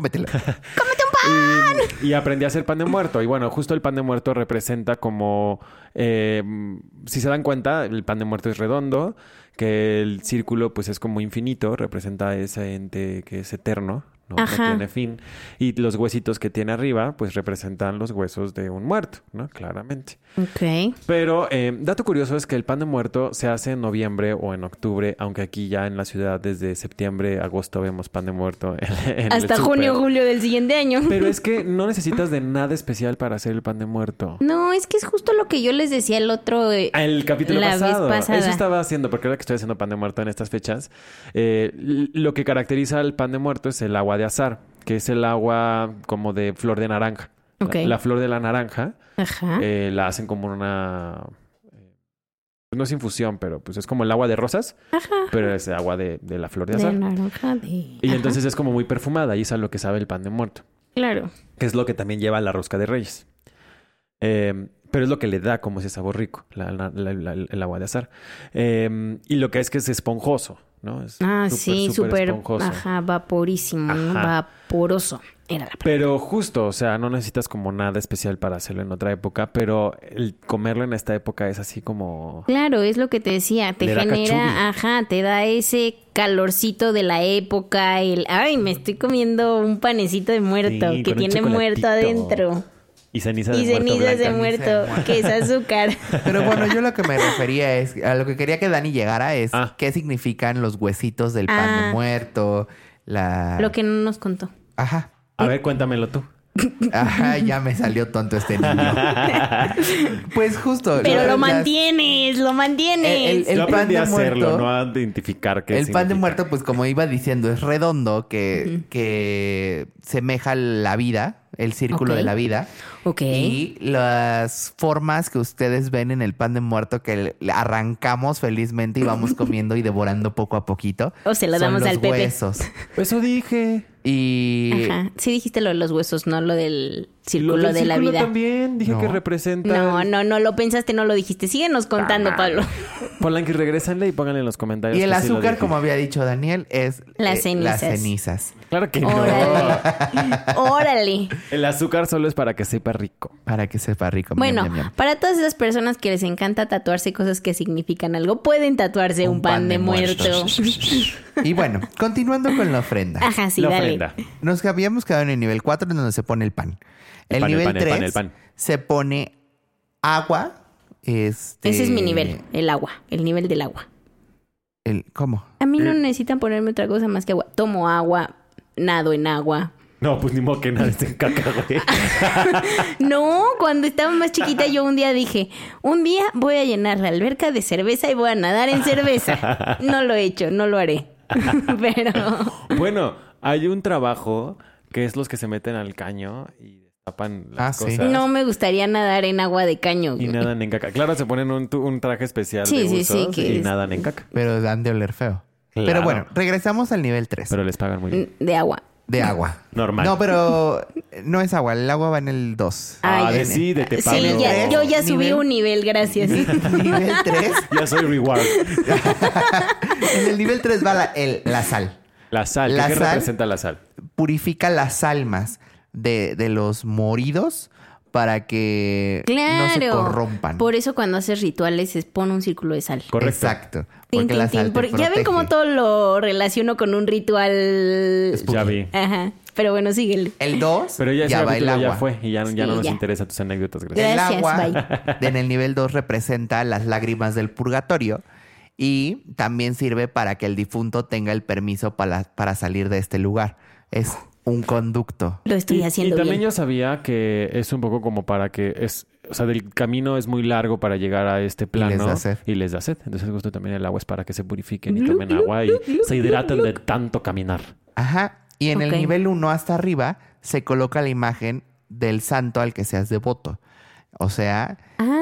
Y aprendí a hacer pan de muerto. Y bueno, justo el pan de muerto representa como... si se dan cuenta, el pan de muerto es redondo, que el círculo pues es como infinito, representa ese ente que es eterno, no tiene fin. Y los huesitos que tiene arriba pues representan los huesos de un muerto, ¿no? Claramente. Ok. Pero dato curioso es que el pan de muerto se hace en noviembre o en octubre, aunque aquí ya en la ciudad desde septiembre, agosto vemos pan de muerto en el Hasta súper. junio, julio del siguiente año. Pero es que no necesitas de nada especial para hacer el pan de muerto. No, es que es justo lo que yo les decía el otro... El capítulo la pasado. vez pasada. Eso estaba haciendo, porque ahora que estoy haciendo pan de muerto en estas fechas, lo que caracteriza al pan de muerto es el agua de azahar, que es el agua como de flor de naranja. Ok. La flor de la naranja Ajá. la hacen como una... no es infusión, pero pues es como el agua de rosas, Ajá. pero es agua de la flor de De azahar. naranja de... Y Ajá. entonces es como muy perfumada y es a lo que sabe el pan de muerto. Claro. Que es lo que también lleva la rosca de Reyes. Pero es lo que le da como ese sabor rico, el agua de azahar. Y lo que es esponjoso, ¿no? Es súper esponjoso. Ajá, vaporísimo, ¿no? Ajá. Vaporoso. Era la palabra. Pero justo, o sea, no necesitas como nada especial para hacerlo en otra época, pero el comerlo en esta época es así como... Claro, es lo que te decía, te Le da genera, cachubi. ajá, te da ese calorcito de la época, ay, me estoy comiendo un panecito de muerto Sí, que con un tiene muerto chocolatito. adentro. Y cenizas Y de muerto cenizas de blanca. muerto, Ceniza de muerto. que es azúcar. Pero bueno, yo lo que me refería es... A lo que quería que Dani llegara es... ¿Qué significan los huesitos del pan de muerto? Lo que no nos contó. Ajá. A ver, cuéntamelo tú. Ajá, ya me salió tonto este niño. Pues justo. Pero lo las- mantienes, lo mantienes. El Yo pan aprendí de a hacerlo, muerto- no a identificar qué El pan de significa. muerto, pues como iba diciendo, es redondo, que semeja la vida, el círculo Ok. de la vida. Ok. Y las formas que ustedes ven en el pan de muerto que le arrancamos felizmente y vamos comiendo y devorando poco a poquito. O se lo son damos los al Pepe. huesos. Eso dije. Y Ajá. Sí dijiste lo de los huesos, no lo del Lo círculo del de la círculo vida. también dije No. que representa... No, lo pensaste, no lo dijiste. Síguenos contando, Pablo. Polanqui, regrésenle y pónganle en los comentarios. el que sí lo azúcar, dije. como había dicho Daniel, es Las cenizas. las cenizas. Claro que no. Órale. Órale. El azúcar solo es para que sepa rico. Para que sepa rico. Bueno, Miam, miam, miam. para todas esas personas que les encanta tatuarse cosas que significan algo, pueden tatuarse un pan de muerto. Y bueno, continuando con la ofrenda. Ajá, sí, la dale. ofrenda. Nos habíamos quedado en el nivel 4 en donde se pone el pan. El El pan, el nivel pan, el 3 pan, el pan. se pone agua. Ese es mi nivel, el agua, el nivel del agua. ¿Cómo? A mí no necesitan ponerme otra cosa más que agua. Tomo agua, nado en agua. No, pues ni modo que nada esté en caca, güey. No, cuando estaba más chiquita yo un día dije, un día voy a llenar la alberca de cerveza y voy a nadar en cerveza. No lo he hecho, no lo haré. Pero... Bueno, hay un trabajo que es los que se meten al caño y destapan las Ah, sí. cosas. No me gustaría nadar en agua de caño. Y güey. nadan en caca. Claro, se ponen un traje especial Sí, de sí, usos sí, que y es- nadan en caca. Pero dan de oler feo. Claro. Pero bueno, regresamos al nivel 3. Pero les pagan muy bien. De agua. De agua. Normal. No, pero no es agua. El agua va en el 2. Ay, de sí, de te Sí, pago. ya, yo ya subí Nivel- un nivel, gracias. Nivel 3. Ya soy reward. En el nivel 3 va la sal. La sal. La ¿Qué sal- representa la sal? Purifica las almas de los moridos para que no se Claro. corrompan. Por eso cuando haces rituales se pone un círculo de sal. Correcto. Exacto. Tin, Porque tin, la tin, sal te porque ya ven protege. cómo todo lo relaciono con un ritual. Ya vi. Ajá. Pero bueno, síguele. El 2 Pero ya ese va el capítulo agua. ya fue y ya Sí, no nos ya. interesa tus anécdotas. Gracias. El Gracias, agua bye. en el nivel 2 representa las lágrimas del purgatorio y también sirve para que el difunto tenga el permiso para salir de este lugar. Es un conducto. Lo estoy Y haciendo también bien. yo sabía que es un poco como para que o sea, del camino es muy largo para llegar a este plano. Y les da sed. Entonces justo también el agua es para que se purifiquen y tomen agua y se hidraten de tanto caminar. Ajá. Y en el Ok. nivel 1 hasta arriba se coloca la imagen del santo al que seas devoto. O sea,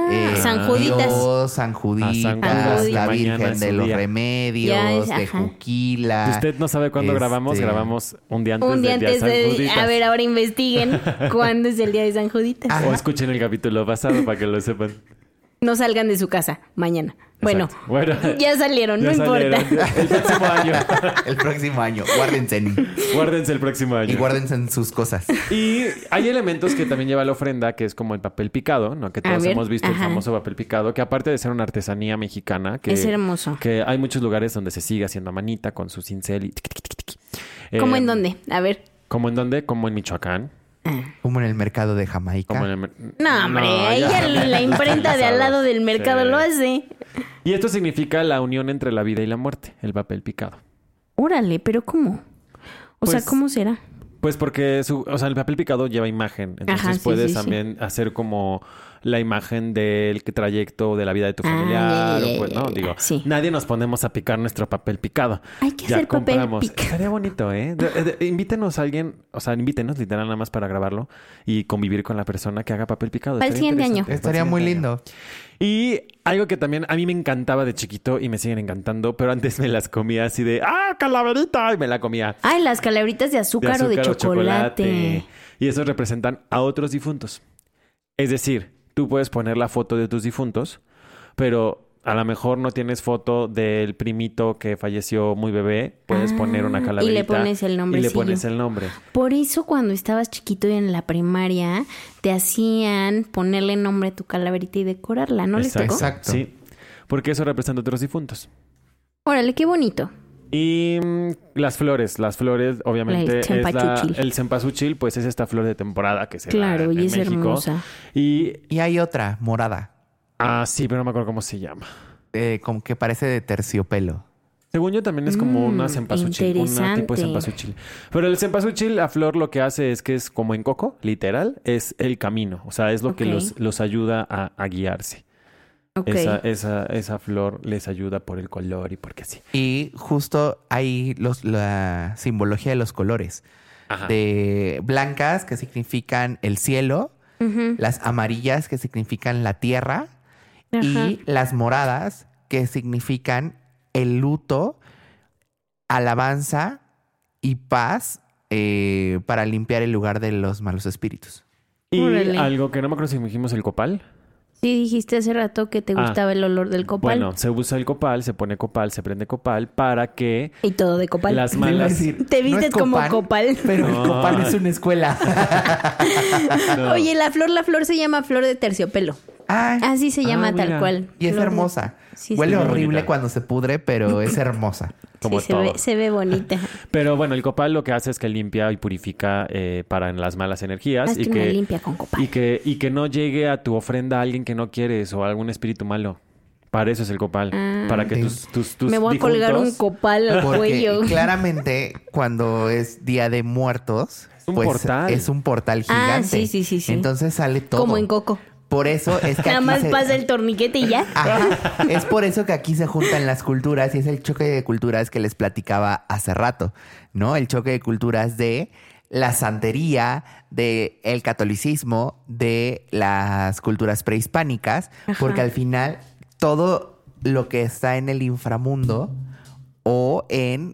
San Juditas. Dios, San Juditas, San Juditas. la Mañana Virgen es de su los día. Remedios, Ya es, de ajá. Juquila. Si usted no sabe cuándo grabamos un día antes Un día del día antes de San de... Juditas. A ver, ahora investiguen cuándo es el día de San Juditas. Ajá. O escuchen el capítulo pasado para que lo sepan. No salgan de su casa mañana. Bueno, Exacto. Bueno, ya salieron, ya no salieron. importa. El próximo año. El próximo año. Guárdense. Guárdense el próximo año. Y guárdense en sus cosas. Y hay elementos que también lleva la ofrenda, que es como el papel picado, ¿no? Que todos ver, hemos visto ajá. el famoso papel picado, que aparte de ser una artesanía mexicana, que Es hermoso. que hay muchos lugares donde se sigue haciendo a manita con su cincel y tiqui, tiqui, tiqui, tiqui. ¿Cómo en dónde? A ver. ¿Cómo en dónde? Como en Michoacán. Como en el mercado de Jamaica. Como en el... No, hombre, ahí ya la imprenta de al lado del mercado Sí. lo hace. Y esto significa la unión entre la vida y la muerte, el papel picado. Órale, pero ¿cómo? O sea, Pues- ¿cómo será? Pues porque o sea, el papel picado lleva imagen. Entonces Ajá, sí, puedes sí, sí. también hacer como la imagen del trayecto de la vida de tu Ah, familiar. ya, O pues, ya, no, ya, digo, sí. nadie nos ponemos a picar nuestro papel picado. Hay que hacer papel picado. Estaría bonito, ¿eh? Invítenos a alguien, o sea, invítenos literal nada más para grabarlo y convivir con la persona que haga papel picado. Para el Estaría siguiente interesante. año. Estaría Para el muy siguiente año. lindo. Y algo que también a mí me encantaba de chiquito y me siguen encantando, pero antes me las comía así de, calaverita, y me la comía. Ay, las calabritas de azúcar, o de chocolate. Y esos representan a otros difuntos. Es decir, tú puedes poner la foto de tus difuntos, pero a lo mejor no tienes foto del primito que falleció muy bebé. Puedes poner una calaverita. y le pones el Y le nombrecillo. pones el nombre. Por eso cuando estabas chiquito y en la primaria, te hacían ponerle nombre a tu calaverita y decorarla, ¿no les tocó? Exacto. Sí, porque eso representa a otros difuntos. Órale, qué bonito. Y las flores, obviamente, El cempasúchil. el cempasúchil, pues es esta flor de temporada que se Claro, da en y es México. hermosa. Y, Y hay otra, morada, sí, pero no me acuerdo cómo se llama. como que parece de terciopelo. Según yo también es como una cempasúchil, una interesante. tipo de cempasúchil. Pero el cempasúchil, la flor lo que hace es que es como en coco, literal, es el camino. O sea, es lo que Ok. los ayuda a guiarse. Ok. Esa flor les ayuda por el color y porque sí. Y justo hay la simbología de los colores. Ajá. De blancas, que significan el cielo. Ujú. Las amarillas, que significan la tierra. Ajá. Y las moradas, que significan el luto, alabanza y paz para limpiar el lugar de los malos espíritus. Y Órale. algo que no me acuerdo si dijimos el copal. Sí, dijiste hace rato que te gustaba el olor del copal. Bueno, se usa el copal, se pone copal, se prende copal para que Y todo de copal. las Te iba a malas... decir, Te no vistes es como copal. Pero No. el copal es una escuela. No. Oye, la flor se llama flor de terciopelo. Ay, Así se llama tal mira. cual. y es Flor de- hermosa. Sí, Huele sí. horrible bonita. cuando se pudre, pero es hermosa. Como Sí, todo. se ve bonita. Pero bueno, el copal lo que hace es que limpia y purifica para las malas energías Hazte y una que, limpia con copal. y que no llegue a tu ofrenda a alguien que no quieres o a algún espíritu malo. Para eso es el copal. Para que tus Me voy a colgar un difuntos- copal al Porque cuello. claramente cuando es Día de Muertos, Es un pues portal. es un portal Ah, gigante. sí. Entonces sale todo. Como en Coco. Por eso es que Nada aquí más se- pasa el torniquete y ya. Ajá. Es por eso que aquí se juntan las culturas y es el choque de culturas que les platicaba hace rato, ¿no? El choque de culturas de la santería, de el catolicismo, de las culturas prehispánicas, Ajá. porque al final todo lo que está en el inframundo o en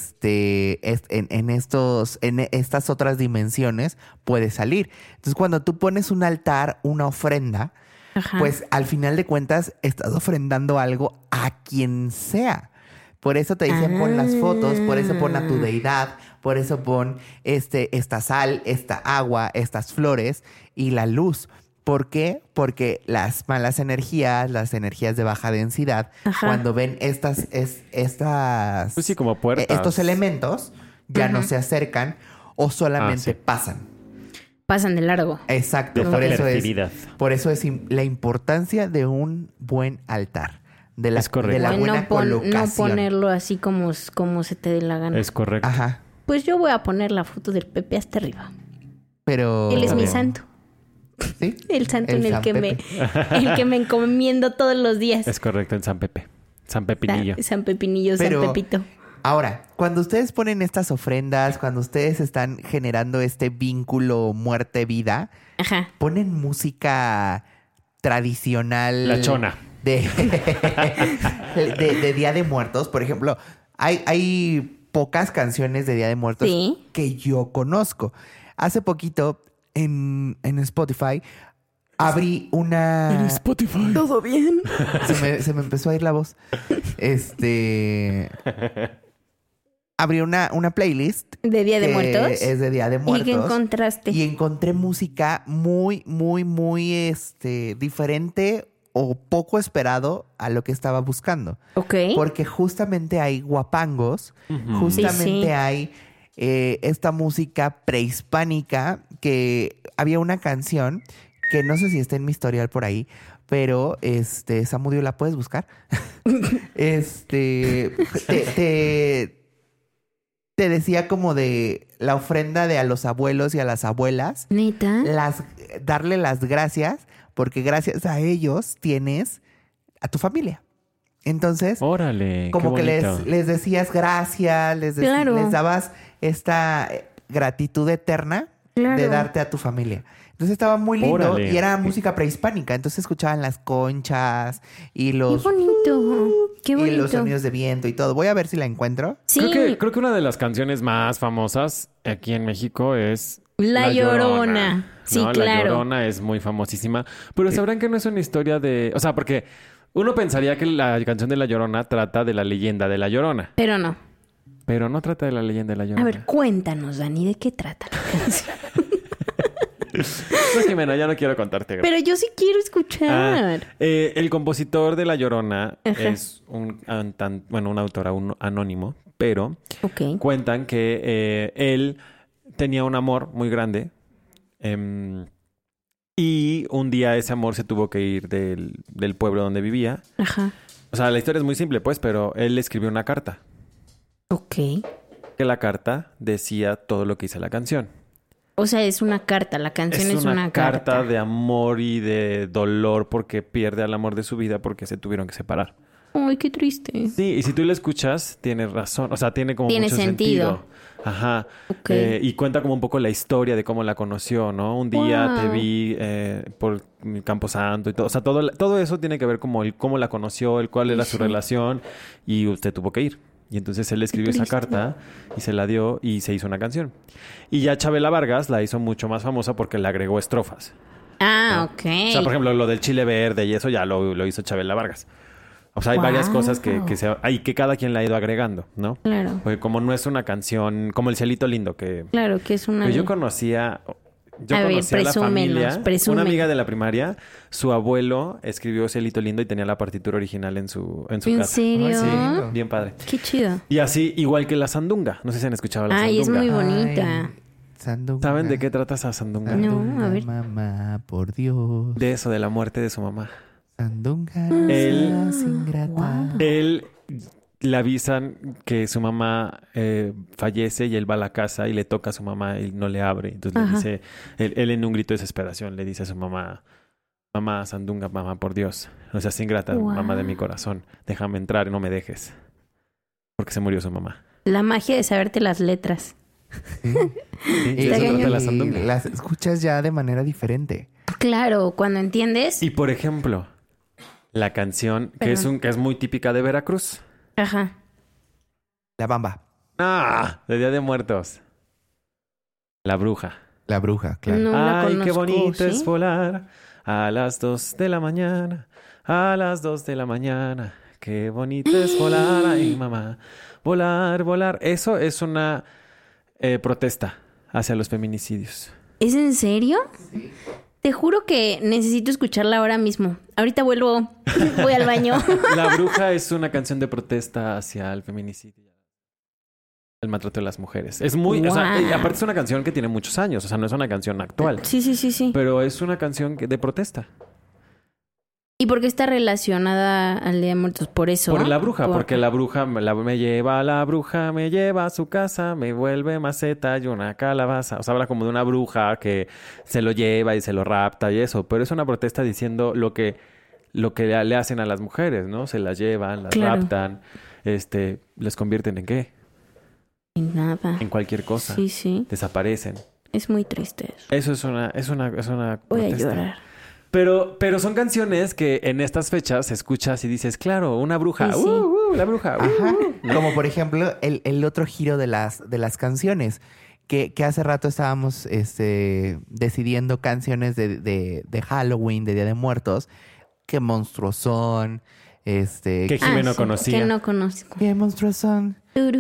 en estas otras dimensiones puede salir. Entonces, cuando tú pones un altar, una ofrenda, Ajá. pues al final de cuentas estás ofrendando algo a quien sea. Por eso te dicen pon las fotos, por eso pon a tu deidad, por eso pon esta sal, esta agua, estas flores y la luz. ¿Por qué? Porque las malas energías, las energías de baja densidad, Ajá. cuando ven estas Pues sí, como puertas. estos elementos, ya no se acercan o solamente sí. pasan. Pasan de largo. Exacto, Desapercibida. por eso es la importancia de un buen altar, de la, Es correcto. de la Que buena no colocación. ponerlo así como se te dé la gana. Es correcto. Ajá, Pues yo voy a poner la foto del Pepe hasta arriba. pero Él es mi bien. santo. ¿Sí? El santo en el San que Pepe. el que me encomiendo todos los días. Es correcto, en San Pepe. San Pepinillo. San Pepinillo, Pero- San Pepito. Ahora, cuando ustedes ponen estas ofrendas, cuando ustedes están generando este vínculo muerte-vida, Ajá. ponen música tradicional. La chona. De, de Día de Muertos. Por ejemplo, hay pocas canciones de Día de Muertos Sí. que yo conozco. Hace poquito en Spotify abrí una... Spotify. ¿Todo bien? Se me empezó a ir la voz. Abrí una playlist. ¿De Día de que Muertos? Es de Día de Muertos. ¿Y qué encontraste? Y encontré música muy, muy, muy diferente o poco esperado a lo que estaba buscando. Ok. Porque justamente hay guapangos, justamente Sí, sí. hay esta música prehispánica que había una canción que no sé si está en mi historial por ahí, pero Samudio, ¿la puedes buscar? Te decía como de la ofrenda de a los abuelos y a las abuelas, ¿Neta? darle las gracias, porque gracias a ellos tienes a tu familia. Entonces, Órale, como qué que bonito. les decías gracias, Claro. les dabas esta gratitud eterna Claro. de darte a tu familia. Entonces estaba muy lindo Órale. y era música prehispánica. Entonces escuchaban las conchas y Qué los... bonito. Qué Y bonito. los sonidos de viento y todo. Voy a ver si la encuentro. Sí. Creo que una de las canciones más famosas aquí en México es La Llorona. Sí, ¿no? La claro. Llorona es muy famosísima. Pero sabrán que no es una historia de... O sea, porque uno pensaría que la canción de La Llorona trata de la leyenda de La Llorona. Pero no. Pero no trata de la leyenda de La Llorona. A ver, cuéntanos, Dani, ¿de qué trata la canción? No, Jimena, ya no quiero contarte. Pero yo sí quiero escuchar. El compositor de La Llorona Ajá. es un autor anónimo, pero Ok. cuentan que él tenía un amor muy grande y un día ese amor se tuvo que ir del pueblo donde vivía. Ajá. O sea, la historia es muy simple, pues, pero él escribió una carta. Ok. Que la carta decía todo lo que dice la canción. O sea, es una carta. La canción es una carta de amor y de dolor porque pierde al amor de su vida porque se tuvieron que separar. Ay, qué triste. Sí, y si tú la escuchas, tienes razón. O sea, tiene como Tiene mucho sentido. Ajá. Ok. Y cuenta como un poco la historia de cómo la conoció, ¿no? Un día te Wow. vi por el Camposanto y todo. O sea, todo eso tiene que ver como cómo la conoció, cuál era su Sí. relación y usted tuvo que ir. Y entonces él escribió esa triste. carta y se la dio y se hizo una canción. Y ya Chabela Vargas la hizo mucho más famosa porque le agregó estrofas. Ah, ok. O sea, por ejemplo, lo del chile verde y eso ya lo hizo Chabela Vargas. O sea, hay varias Wow. cosas que cada quien la ha ido agregando, ¿no? Claro. Porque como no es una canción, como El Cielito Lindo, que Claro que es una... pues yo conocía A ver, a la presúmenos, familia. presume. Una amiga de la primaria, su abuelo escribió Cielito Lindo y tenía la partitura original en su ¿En casa. serio? Ay, sí. Bien padre. Qué chido. Y así, igual que la sandunga. No sé si han escuchado la Ay, es sandunga. muy bonita. Ay, sandunga. ¿Saben de qué trata esa sandunga? No, Sandunga, a ver. mamá, por Dios. De eso, de la muerte de su mamá. Sandunga, Él- no seas ingrata. Él le avisan que su mamá fallece y él va a la casa y le toca a su mamá y no le abre. Entonces le Ajá. dice, él en un grito de desesperación le dice a su mamá, mamá, sandunga, mamá, por Dios, no seas ingrata, Wow. mamá de mi corazón, déjame entrar y no me dejes. Porque se murió su mamá. La magia de saberte las letras. Sí, de Está eso trata cañón. la sandunga. las escuchas ya de manera diferente. Claro, cuando entiendes... Y por ejemplo, la canción que es muy típica de Veracruz. Ajá. La bamba, De Día de Muertos. La bruja. la bruja, claro. No la Ay, qué conozco, bonito es ¿sí? volar a las 2 de la mañana, a las 2 de la mañana. Qué bonito es volar, ay mamá. Volar, volar. Eso es una protesta hacia los feminicidios. ¿Es en serio? Te juro que necesito escucharla ahora mismo. Ahorita vuelvo. Voy al baño. La bruja es una canción de protesta hacia el feminicidio. El maltrato de las mujeres. Es muy... O sea, Guau. y aparte es una canción que tiene muchos años. O sea, no es una canción actual. Sí. Pero es una canción de protesta. ¿Y por qué está relacionada al Día de Muertos? Por eso. Por la bruja, porque la bruja me lleva a su casa, me vuelve maceta y una calabaza. O sea, habla como de una bruja que se lo lleva y se lo rapta y eso. Pero es una protesta diciendo lo que le hacen a las mujeres, ¿no? Se las llevan, las raptan, les convierten en ¿qué? En nada. En cualquier cosa. Sí, sí. Desaparecen. Es muy triste eso. Eso es una Voy a protesta. llorar. Pero son canciones que en estas fechas escuchas y dices, claro, una bruja, Sí, sí. La bruja. Ajá. ¿no? Como por ejemplo el otro giro de las canciones. Que hace rato estábamos decidiendo canciones de Halloween, de Día de Muertos. Qué monstruos son. Que Jimeno conocía. Que no conozco. Qué monstruos son.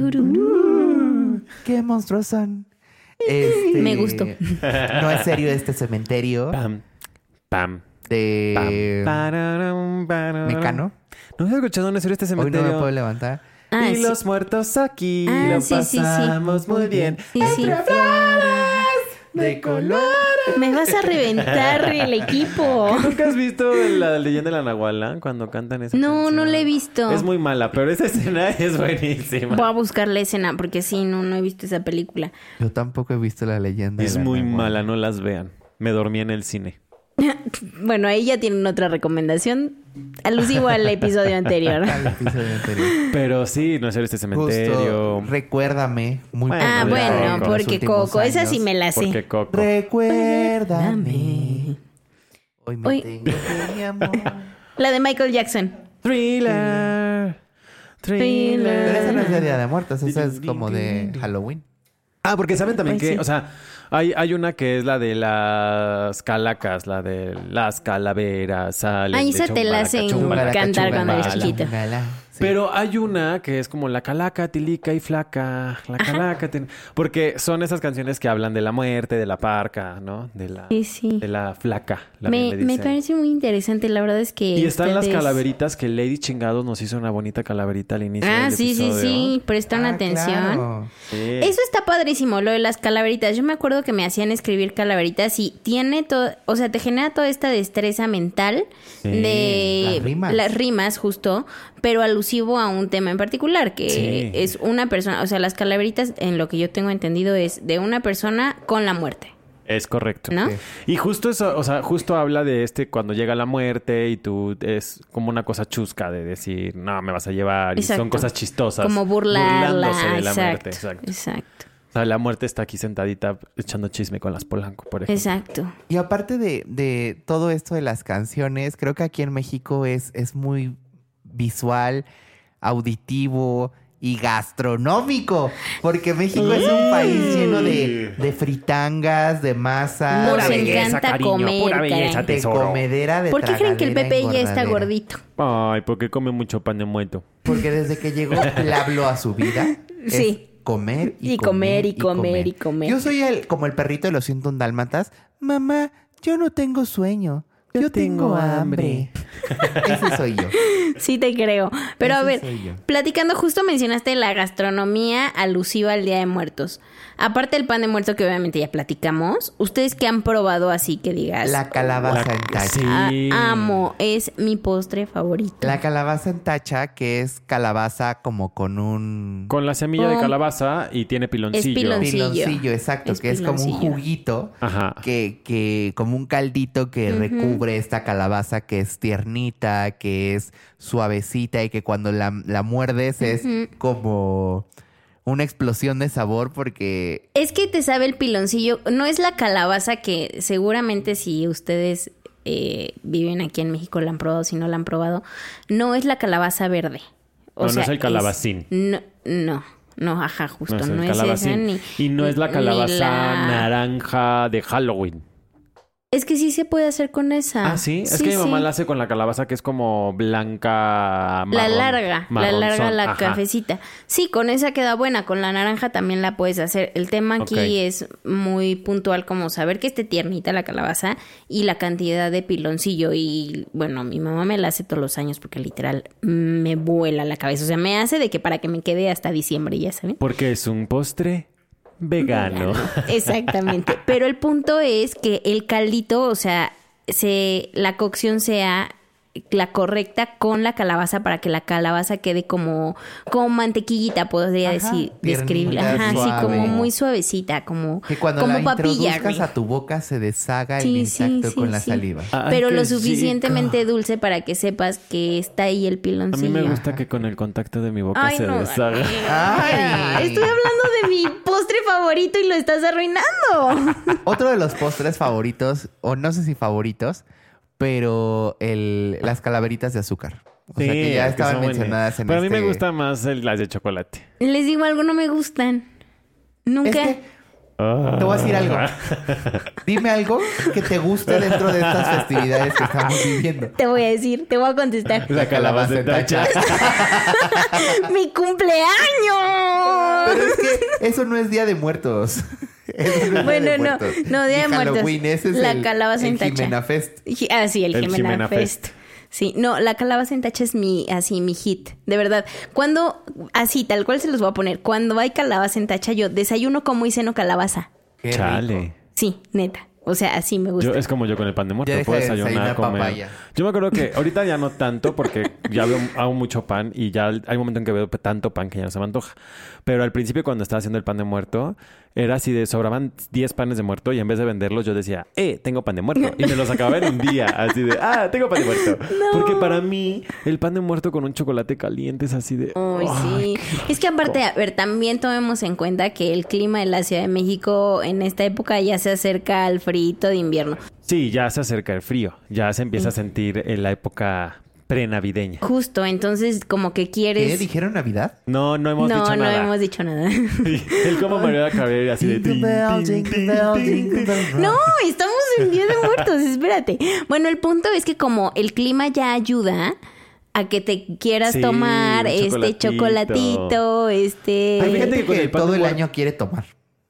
Qué monstruos son. Me gustó. No es serio este cementerio Pam, pam. de Pararam, pararam. Mecano. ¿No has escuchado una serie este Hoy no cementerio? me puedo levantar. Y Sí. los muertos aquí Ah, lo sí, sí, sí. pasamos muy bien. Sí, sí. De color. Me vas a reventar el equipo. ¿Nunca has visto la leyenda de la Nahuala cuando cantan esa No, canción? no la he visto. Es muy mala, pero esa escena es buenísima. Voy a buscar la escena porque sí, no he visto esa película. Yo tampoco he visto la leyenda. Es de la muy Nahuala. mala, no las vean. Me dormí en el cine. Bueno, ahí ya tienen otra recomendación alusivo al episodio anterior. Al episodio anterior. Pero sí, no es este cementerio. Justo, recuérdame. Muy Bueno, Ah, popular Coco, bueno, en los porque últimos Coco, esa años. sí me la sé. Porque Coco. Recuérdame. Hoy me Hoy- tengo que mi amor. La de Michael Jackson. Thriller. Pero esa no es de Thriller. Día de Muertos, esa es como de Halloween. Ah, porque saben también Pues que, sí. o sea, hay una que es la de las calacas, la de las calaveras, salen Ay, de esa te la hacen chumbala, cantar cuando eres chumbala. chiquito. Sí. Pero hay una que es como la calaca, tilica y flaca. La calaca, porque son esas canciones que hablan de la muerte, de la parca, ¿no? De la, Sí, sí. de la flaca. Me parece muy interesante. La verdad es que Y están las ustedes- calaveritas que Lady Chingados nos hizo una bonita calaverita al inicio Ah, del sí, sí, episodio. sí. Prestan Ah, atención. claro. Sí. Eso está padrísimo, lo de las calaveritas. Yo me acuerdo que me hacían escribir calaveritas y tiene todo, o sea, te genera toda esta destreza mental Sí. de Las rimas. justo, pero alusivo a un tema en particular, que Sí. es una persona, o sea, las calaveritas, en lo que yo tengo entendido, es de una persona con la muerte, Es correcto. ¿no? Sí. Y justo eso, o sea, justo habla de cuando llega la muerte y tú es como una cosa chusca de decir, no, me vas a llevar. Y Exacto. son cosas chistosas. Como burlarla, burlándose de la exacto, muerte. Exacto. exacto, O sea, la muerte está aquí sentadita echando chisme con las Polanco, por ejemplo. exacto. Y aparte de todo esto de las canciones, creo que aquí en México es muy visual, auditivo y gastronómico. Porque México es un país lleno de fritangas, de masa, Nos Pura de, belleza, encanta cariño, comer, pura belleza, caray. de tesoro. comedera, de ¿Por qué creen que el tragadera, Pepe ya está engordadera. gordito? Ay, porque come mucho pan de muerto. Porque desde que llegó Pablo a su vida, Sí. es comer y, Y comer, y comer, y comer. Yo soy como el perrito de los 101 dálmatas. Mamá, yo no tengo sueño. Yo tengo hambre. Ese soy yo. Sí te creo. Pero a Ese ver, soy yo. platicando, justo mencionaste la gastronomía alusiva al Día de Muertos. Aparte del pan de muerto que obviamente ya platicamos, ¿ustedes qué han probado así que digas? La calabaza en tacha. Sí. Amo, es mi postre favorito. La calabaza en tacha, que es calabaza como con un Con la semilla de Con- calabaza y tiene piloncillo. piloncillo. piloncillo, exacto, Es que es como un piloncillo. juguito, Ajá. que como un caldito que recubre esta calabaza que es tiernita, que es suavecita y que cuando la muerdes es como una explosión de sabor porque Es que te sabe el piloncillo. No es la calabaza que seguramente si ustedes viven aquí en México la han probado, si no la han probado, no es la calabaza verde. No, no es el calabacín. No, ajá, justo. No es No el es esa calabacín. ni... Y no es la ni calabaza la- naranja de Halloween. Es que sí se puede hacer con esa. Ah, ¿sí? Es que mi mamá la hace con la calabaza que es como blanca, marrón, La larga, marronzón. la Ajá. cafecita. Sí, con esa queda buena, con la naranja también la puedes hacer. El tema aquí Ok. es muy puntual, como saber que esté tiernita la calabaza y la cantidad de piloncillo. Y bueno, mi mamá me la hace todos los años porque literal me vuela la cabeza. O sea, me hace de que para que me quede hasta diciembre, ya saben. Porque es un postre vegano. Exactamente. Pero el punto es que el caldito, o sea, la cocción sea la correcta con la calabaza para que la calabaza quede como mantequillita, podría decir, describirla. Ajá, suave. sí, como muy suavecita, como Que cuando como la papilla. introduzcas a tu boca se deshaga Sí, el insecto sí, con sí, la sí. saliva. Ay, Pero qué lo rico. suficientemente dulce para que sepas que está ahí el A piloncillo. mí me gusta que con el contacto de mi boca Ay, se no, deshaga. Ay. Estoy hablando de mi postre favorito y lo estás arruinando. Otro de los postres favoritos, o no sé si favoritos, pero las calaveritas de azúcar. O sea, que ya que estaban son mencionadas en Pero a mí este... me gustan más las de chocolate. Les digo algo, no me gustan. Nunca. Es que te voy a decir algo. Dime algo que te guste dentro de estas festividades que estamos viviendo. Te voy a decir, te voy a contestar. La calabaza en tacha. ¡Mi cumpleaños! Pero es que eso no es Día de Muertos. Eso no es Bueno, Día de no, Muertos. no, Día Ni de Muertos. Halloween, ese es La calabaza en el tacha. Jimena Fest. Ah, sí, el El Jimena Jimena Fest. Fest. Sí, no, la calabaza en tacha es mi hit, de verdad. Cuando, así, tal cual se los voy a poner, cuando hay calabaza en tacha, yo desayuno, como y ceno calabaza. Qué rico. Chale. Sí, neta. O sea, así me gusta. Es como yo con el pan de muerto. Ya deja Puedo de desayunar, desayunar comer. papaya. Yo me acuerdo que ahorita ya no tanto porque ya hago mucho pan y ya hay un momento en que veo tanto pan que ya no se me antoja. Pero al principio cuando estaba haciendo el pan de muerto, era así de sobraban 10 panes de muerto y en vez de venderlos yo decía, tengo pan de muerto. Y me los acababa en un día. Así de, tengo pan de muerto. Porque para mí el pan de muerto con un chocolate caliente es así de... Ay, sí. Es que aparte, a ver, también tomemos en cuenta que el clima de la Ciudad de México en esta época ya se acerca al frito de invierno. Sí, ya se acerca el frío. Ya se empieza a sentir en la época prenavideña. Justo, entonces como que ¿Qué? quieres... ¿Dijeron Navidad? No hemos dicho no nada. hemos dicho nada. El como María Cabrera así de... Jingle bell, jingle bell, jingle bell rock. No, estamos en Día de Muertos, espérate. Bueno, el punto es que como el clima ya ayuda a que te quieras Sí, tomar un chocolatito, Hay Fíjate gente que con que el pan todo de el muerto- año quiere tomar.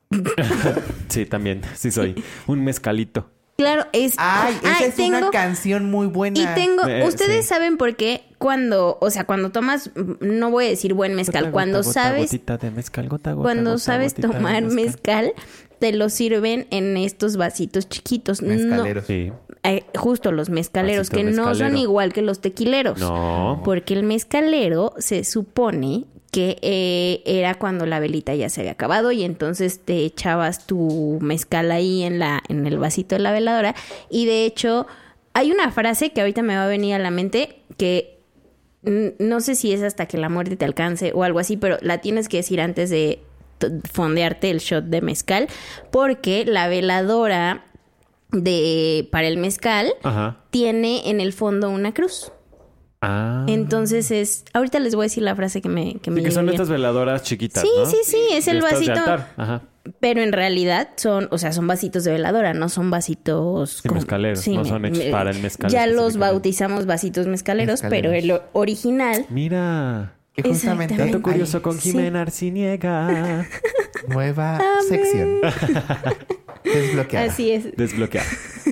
Sí, también. Sí soy. Un mezcalito. Claro, es... Ay, esa es una canción muy buena. Y tengo... Sí. Ustedes saben por qué cuando tomas... No voy a decir buen mezcal. Gota, cuando gota, sabes... gotita de mezcal, gota, gota, Cuando gota, sabes gotita de tomar mezcal, te lo sirven en estos vasitos chiquitos. Mezcaleros. Sí. Justo los mezcaleros, Vasito que no son mezcalero. igual que los tequileros. No. Porque el mezcalero se supone que era cuando la velita ya se había acabado y entonces te echabas tu mezcal ahí en el vasito de la veladora. Y de hecho, hay una frase que ahorita me va a venir a la mente que no sé si es hasta que la muerte te alcance o algo así, pero la tienes que decir antes de fondearte el shot de mezcal, porque la veladora para el mezcal Ajá. tiene en el fondo una cruz. Ah. Entonces ahorita les voy a decir la frase que me Sí, que llegó son bien. estas veladoras chiquitas, Sí, ¿no? sí, sí, es el De estas de vasito. altar. Ajá. Pero en realidad son vasitos de veladora, no son vasitos... Sí, mezcaleros, no son hechos para el mezcal Ya los específicamente. bautizamos vasitos mezcaleros, pero Mezcaleros. el original... Mira. Que justamente Exactamente. Dato curioso con sí. Jimena Arciniega. nueva sección. Desbloqueada. Así es. Desbloqueado.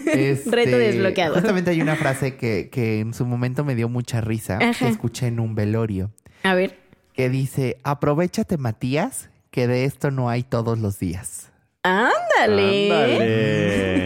Reto desbloqueado. Justamente hay una frase que en su momento me dio mucha risa, Ajá. que escuché en un velorio, A ver. que dice, aprovéchate, Matías, que de esto no hay todos los días. ¡Ándale! Ándale.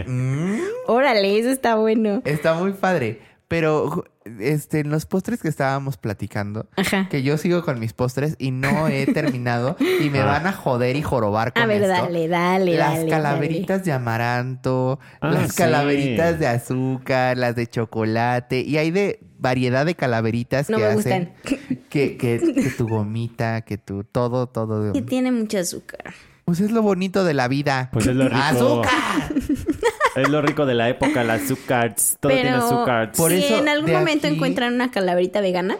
Órale, eso está bueno. Está muy padre. Pero en los postres que estábamos platicando, Ajá. que yo sigo con mis postres y no he terminado y me van a joder y jorobar con A ver, esto. dale. Las calaveritas de amaranto, las sí. calaveritas de azúcar, las de chocolate. Y hay de variedad de calaveritas No que me hacen gustan. que tu gomita, que tu todo. Que tiene mucho azúcar. Pues es lo bonito de la vida. Pues es lo rico. ¡Azúcar! Es lo rico de la época, el azúcar. Todo tiene azúcar. Por si eso, en algún de momento aquí- encuentran una calaverita vegana,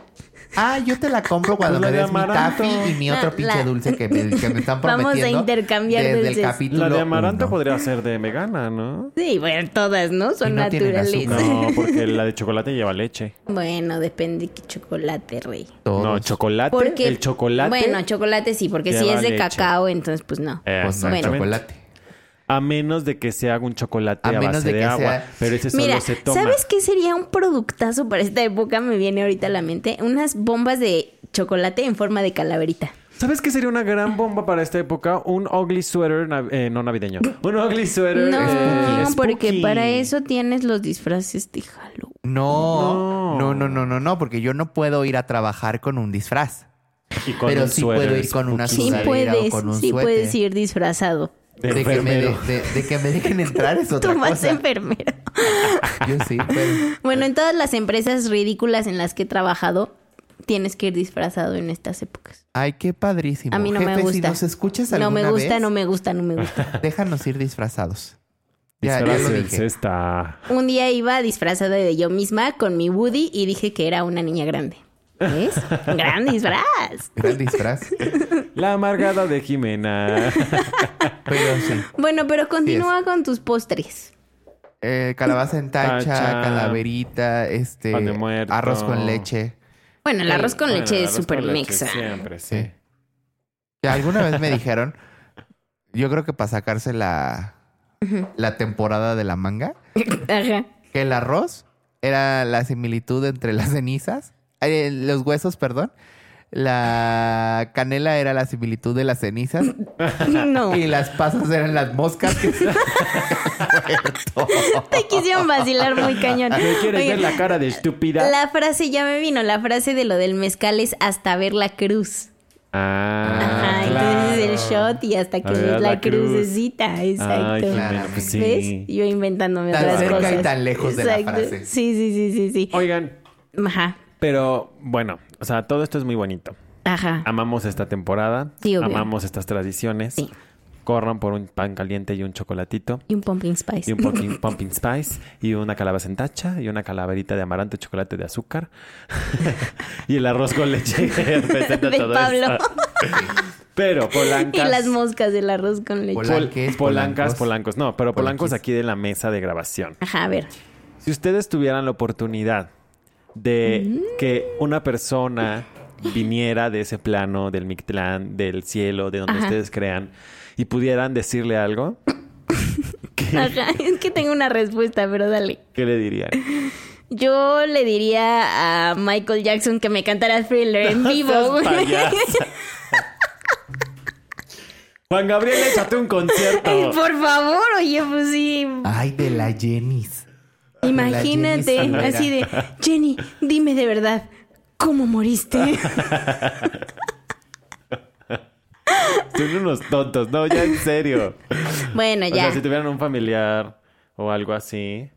Yo te la compro cuando Pues me la de des mi amaranto. taffy y mi otro No, pinche dulce que me están prometiendo. Vamos a intercambiar desde dulces. el capítulo La de amaranto 1. podría ser de vegana, ¿no? sí, bueno, todas, ¿no? Son Y no tienen naturales. azúcar. No, porque la de chocolate lleva leche. Bueno, depende de qué chocolate, rey. Todos. No, chocolate. Porque, El chocolate. Bueno, chocolate sí, porque si lleva es de leche. cacao, entonces pues no. Pues no hay Bueno. chocolate. A menos de que se haga un chocolate A a, menos base de de, que agua. sea- Pero ese solo Mira, se toma. ¿sabes qué sería un productazo para esta época? Me viene ahorita a la mente. Unas bombas de chocolate en forma de calaverita. ¿Sabes qué sería una gran bomba para esta época? Un ugly sweater, no navideño. Un ugly sweater No, spooky. porque para eso tienes los disfraces de Halloween. No, porque yo no puedo ir a trabajar con un disfraz. Y con Pero un sí suéter puedo ir con una spooky. Sí sudadera puedes, o con un sí suéter. puedes ir disfrazado. De De que, enfermero. de que me dejen entrar es otra Tú más cosa. enfermero. Yo sí, pero... Bueno, en todas las empresas ridículas en las que he trabajado, tienes que ir disfrazado en estas épocas. Ay, qué padrísimo. A mí no Jefe, me gusta. si nos escuchas No alguna me gusta, vez, no me gusta, no me gusta. déjanos ir disfrazados. Ya lo Disfrácense, dije. está. Un día iba disfrazada de yo misma con mi Woody y dije que era una niña grande. ¿Ves? Gran disfraz. Gran disfraz. La amargada de Jimena. Pero sí. Bueno, pero continúa con tus postres. Calabaza en tacha, Tacha, calaverita, pan de muerto. arroz con leche. Bueno, el arroz con Bueno, leche el es arroz súper con leche mexa. Siempre, sí. Sí. Que alguna vez me dijeron, yo creo que para sacarse la temporada de la manga, Ajá. que el arroz era la similitud entre las cenizas, los huesos, perdón. La canela era la similitud de las cenizas No. y las pasas eran las moscas que se habían muerto. Te quisieron vacilar muy cañón. ¿Me quieres Oigan, ver la cara de estúpida? la frase ya me vino. La frase de lo del mezcal es hasta ver la cruz. Ah, Ajá, claro. entonces el shot y hasta que A ver ves la la cruz. crucecita. Exacto. Ay, Jimena, Claro. pues sí. ¿Ves? Yo inventándome Tan otras cerca cosas. y tan lejos de la Exacto. frase. Sí. Oigan, Ajá. pero bueno, o sea, todo esto es muy bonito. Ajá. Amamos esta temporada. Sí, obvio. Amamos estas tradiciones. Sí. Corran por un pan caliente y un chocolatito. Y un pumpkin spice. Y un pumpkin spice. Y una calabaza en tacha. Y una calaverita de amaranto, chocolate de azúcar. Y el arroz con leche. Representa De todo Pablo. esto. Pero polancas. Y las moscas del arroz con leche. Polancos. No, pero polancos Polanquis. aquí de la mesa de grabación. Ajá, a ver. Si ustedes tuvieran la oportunidad de que una persona viniera de ese plano, del Mictlán, del cielo, de donde Ajá. ustedes crean, y pudieran decirle algo, Ajá, es que tengo una respuesta, pero dale. ¿qué le dirían? Yo le diría a Michael Jackson que me cantara Thriller en vivo, Seas güey. payasa. Juan Gabriel, échate un concierto. Ay, por favor, oye, pues sí. Ay, de la Jenis. Imagínate, Jenny Rivera. así de, Jenny, dime de verdad, ¿cómo moriste? Son unos tontos. No, ya en serio. Bueno, O ya. sea, si tuvieran un familiar o algo así.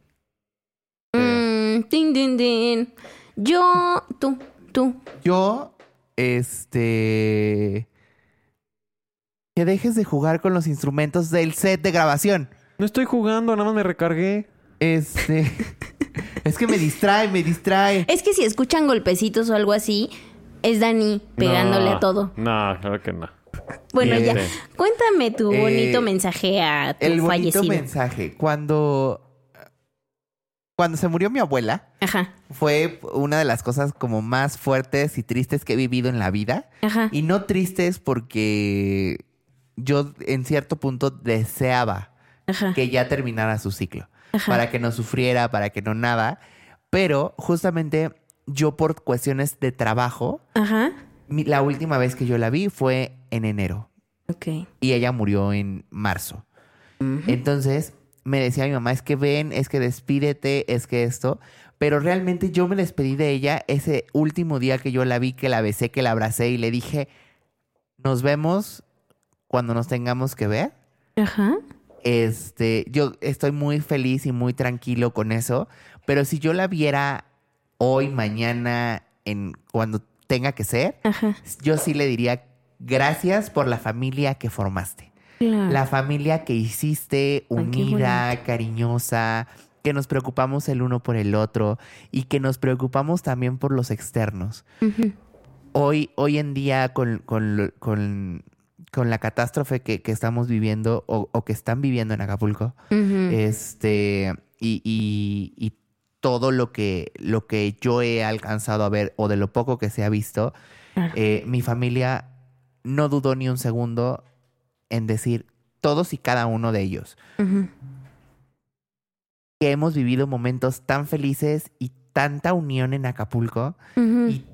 Tin, tin, tin. Yo, tú. Yo, que dejes de jugar con los instrumentos del set de grabación. No estoy jugando, nada más me recargué. Es que me distrae. Es que si escuchan golpecitos o algo así, es Dani pegándole No, a todo. No, claro que no. Bueno, Bien. ya. Cuéntame tu bonito Eh, mensaje a tu El bonito fallecido. mensaje. Cuando se murió mi abuela, Ajá, fue una de las cosas como más fuertes y tristes que he vivido en la vida. ajá. Y no tristes porque yo en cierto punto deseaba Ajá. que ya terminara su ciclo. Ajá. Para que no sufriera, para que no nada. Pero justamente yo por cuestiones de trabajo, Ajá. la última vez que yo la vi fue en enero. Ok. Y ella murió en marzo. Entonces me decía mi mamá, es que ven, es que despídete, es que esto. Pero realmente yo me despedí de ella ese último día que yo la vi, que la besé, que la abracé y le dije, nos vemos cuando nos tengamos que ver. Ajá. Yo estoy muy feliz y muy tranquilo con eso. Pero si yo la viera hoy, mañana, cuando tenga que ser, Ajá. yo sí le diría gracias por la familia que formaste. Claro. La familia que hiciste, Ay, qué unida, bonito. cariñosa, que nos preocupamos el uno por el otro y que nos preocupamos también por los externos. Ujú. Hoy en día con la catástrofe que estamos viviendo o que están viviendo en Acapulco, Ujú. y todo lo que yo he alcanzado a ver o de lo poco que se ha visto, Claro. mi familia no dudó ni un segundo en decir todos y cada uno de ellos Ujú. que hemos vivido momentos tan felices y tanta unión en Acapulco Ujú. y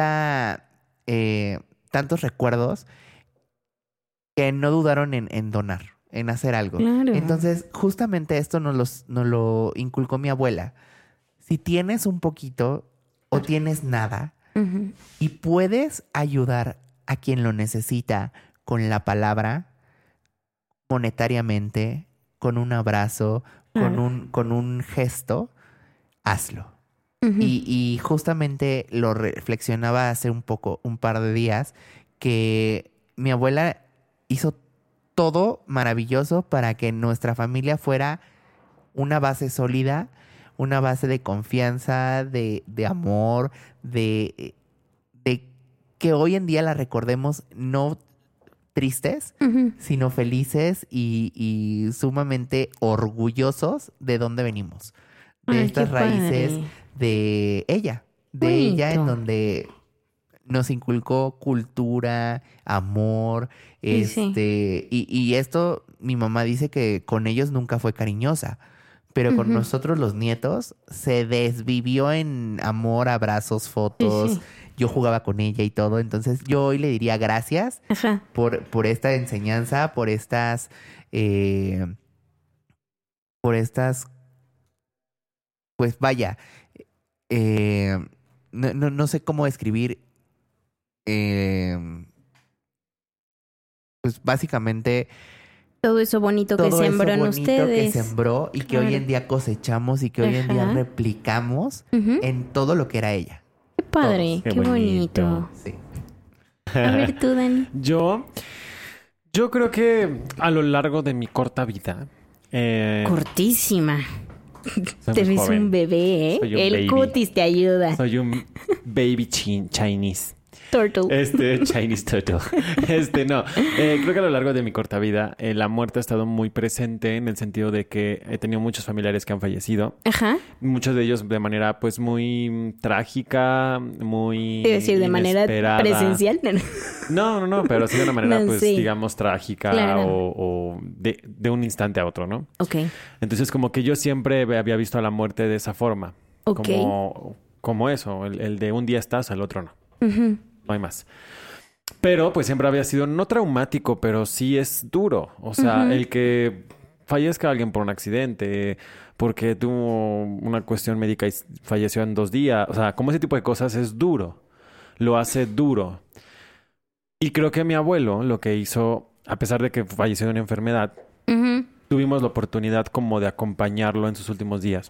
tantos recuerdos que no dudaron en donar, en hacer algo. Claro. Entonces, justamente esto nos lo inculcó mi abuela. si tienes un poquito o tienes nada y puedes ayudar a quien lo necesita con la palabra, monetariamente, con un abrazo, con un gesto, hazlo. Y justamente lo reflexionaba hace un par de días, que mi abuela hizo todo maravilloso para que nuestra familia fuera una base sólida, una base de confianza, de amor, de que hoy en día la recordemos no tristes, sino felices y sumamente orgullosos de dónde venimos. De estas raíces de ella. De Bonito. ella, en donde nos inculcó cultura, amor. Y esto, mi mamá dice que con ellos nunca fue cariñosa. Pero con nosotros, los nietos, se desvivió en amor, abrazos, fotos. Sí. Yo jugaba con ella y todo. Entonces, yo hoy le diría gracias por esta enseñanza, por estas... pues vaya, no sé cómo escribir. Pues básicamente... Todo eso bonito que todo sembró en eso bonito ustedes. que sembró y que hoy en día cosechamos y que hoy en día replicamos en todo lo que era ella. Qué padre, Todos. qué Qué bonito. bonito. Sí. A ver tú, Dani. Yo creo que a lo largo de mi corta vida... Cortísima. soy Te muy ves joven. un bebé, ¿eh? Soy un El baby. cutis te ayuda. Soy un baby Chinese. Turtle. Chinese turtle. No. Creo que a lo largo de mi corta vida, la muerte ha estado muy presente en el sentido de que he tenido muchos familiares que han fallecido. Ajá. Muchos de ellos de manera, pues, muy trágica, muy Te iba a decir de manera inesperada. presencial. No, pero sí de una manera, No, pues, sí. digamos, trágica Claro. o de un instante a otro, ¿no? Ok. Entonces, como que yo siempre había visto a la muerte de esa forma. Ok. Como eso, el de un día estás, al otro no. No hay más. Pero pues siempre había sido no traumático, pero sí es duro. O sea, el que fallezca alguien por un accidente, porque tuvo una cuestión médica y falleció en 2 días. O sea, como ese tipo de cosas es duro. Lo hace duro. Y creo que mi abuelo lo que hizo, a pesar de que falleció de una enfermedad, tuvimos la oportunidad como de acompañarlo en sus últimos días.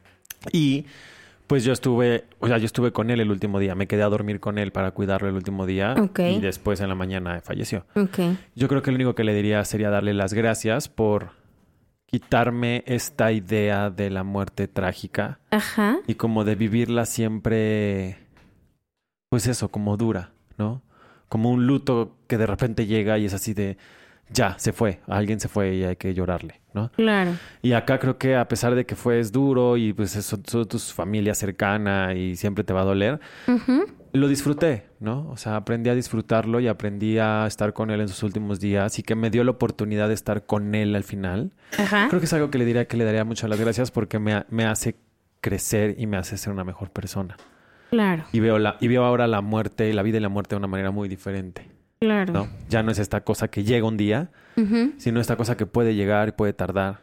Y pues yo estuve con él el último día. Me quedé a dormir con él para cuidarlo el último día. Ok. Y después en la mañana falleció. Ok. Yo creo que lo único que le diría sería darle las gracias por quitarme esta idea de la muerte trágica Ajá. y como de vivirla siempre, pues eso, como dura, ¿no? Como un luto que de repente llega y es así de, ya, se fue, alguien se fue y hay que llorarle, ¿no? Claro. Y acá creo que a pesar de que es duro y pues eso, son tus familia cercana y siempre te va a doler, lo disfruté, ¿no? O sea, aprendí a disfrutarlo y aprendí a estar con él en sus últimos días y que me dio la oportunidad de estar con él al final. Ajá. Creo que es algo que le daría muchas las gracias porque me hace crecer y me hace ser una mejor persona. Claro. Y veo ahora la muerte, la vida y la muerte de una manera muy diferente, Claro. ¿no? Ya no es esta cosa que llega un día, sino esta cosa que puede llegar y puede tardar,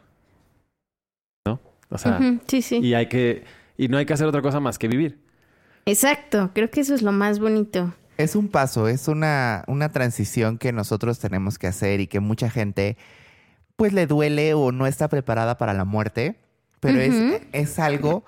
¿no? O sea, Sí, sí. y no hay que hacer otra cosa más que vivir. Exacto. Creo que eso es lo más bonito. Es un paso, es una transición que nosotros tenemos que hacer y que mucha gente pues le duele o no está preparada para la muerte, pero es algo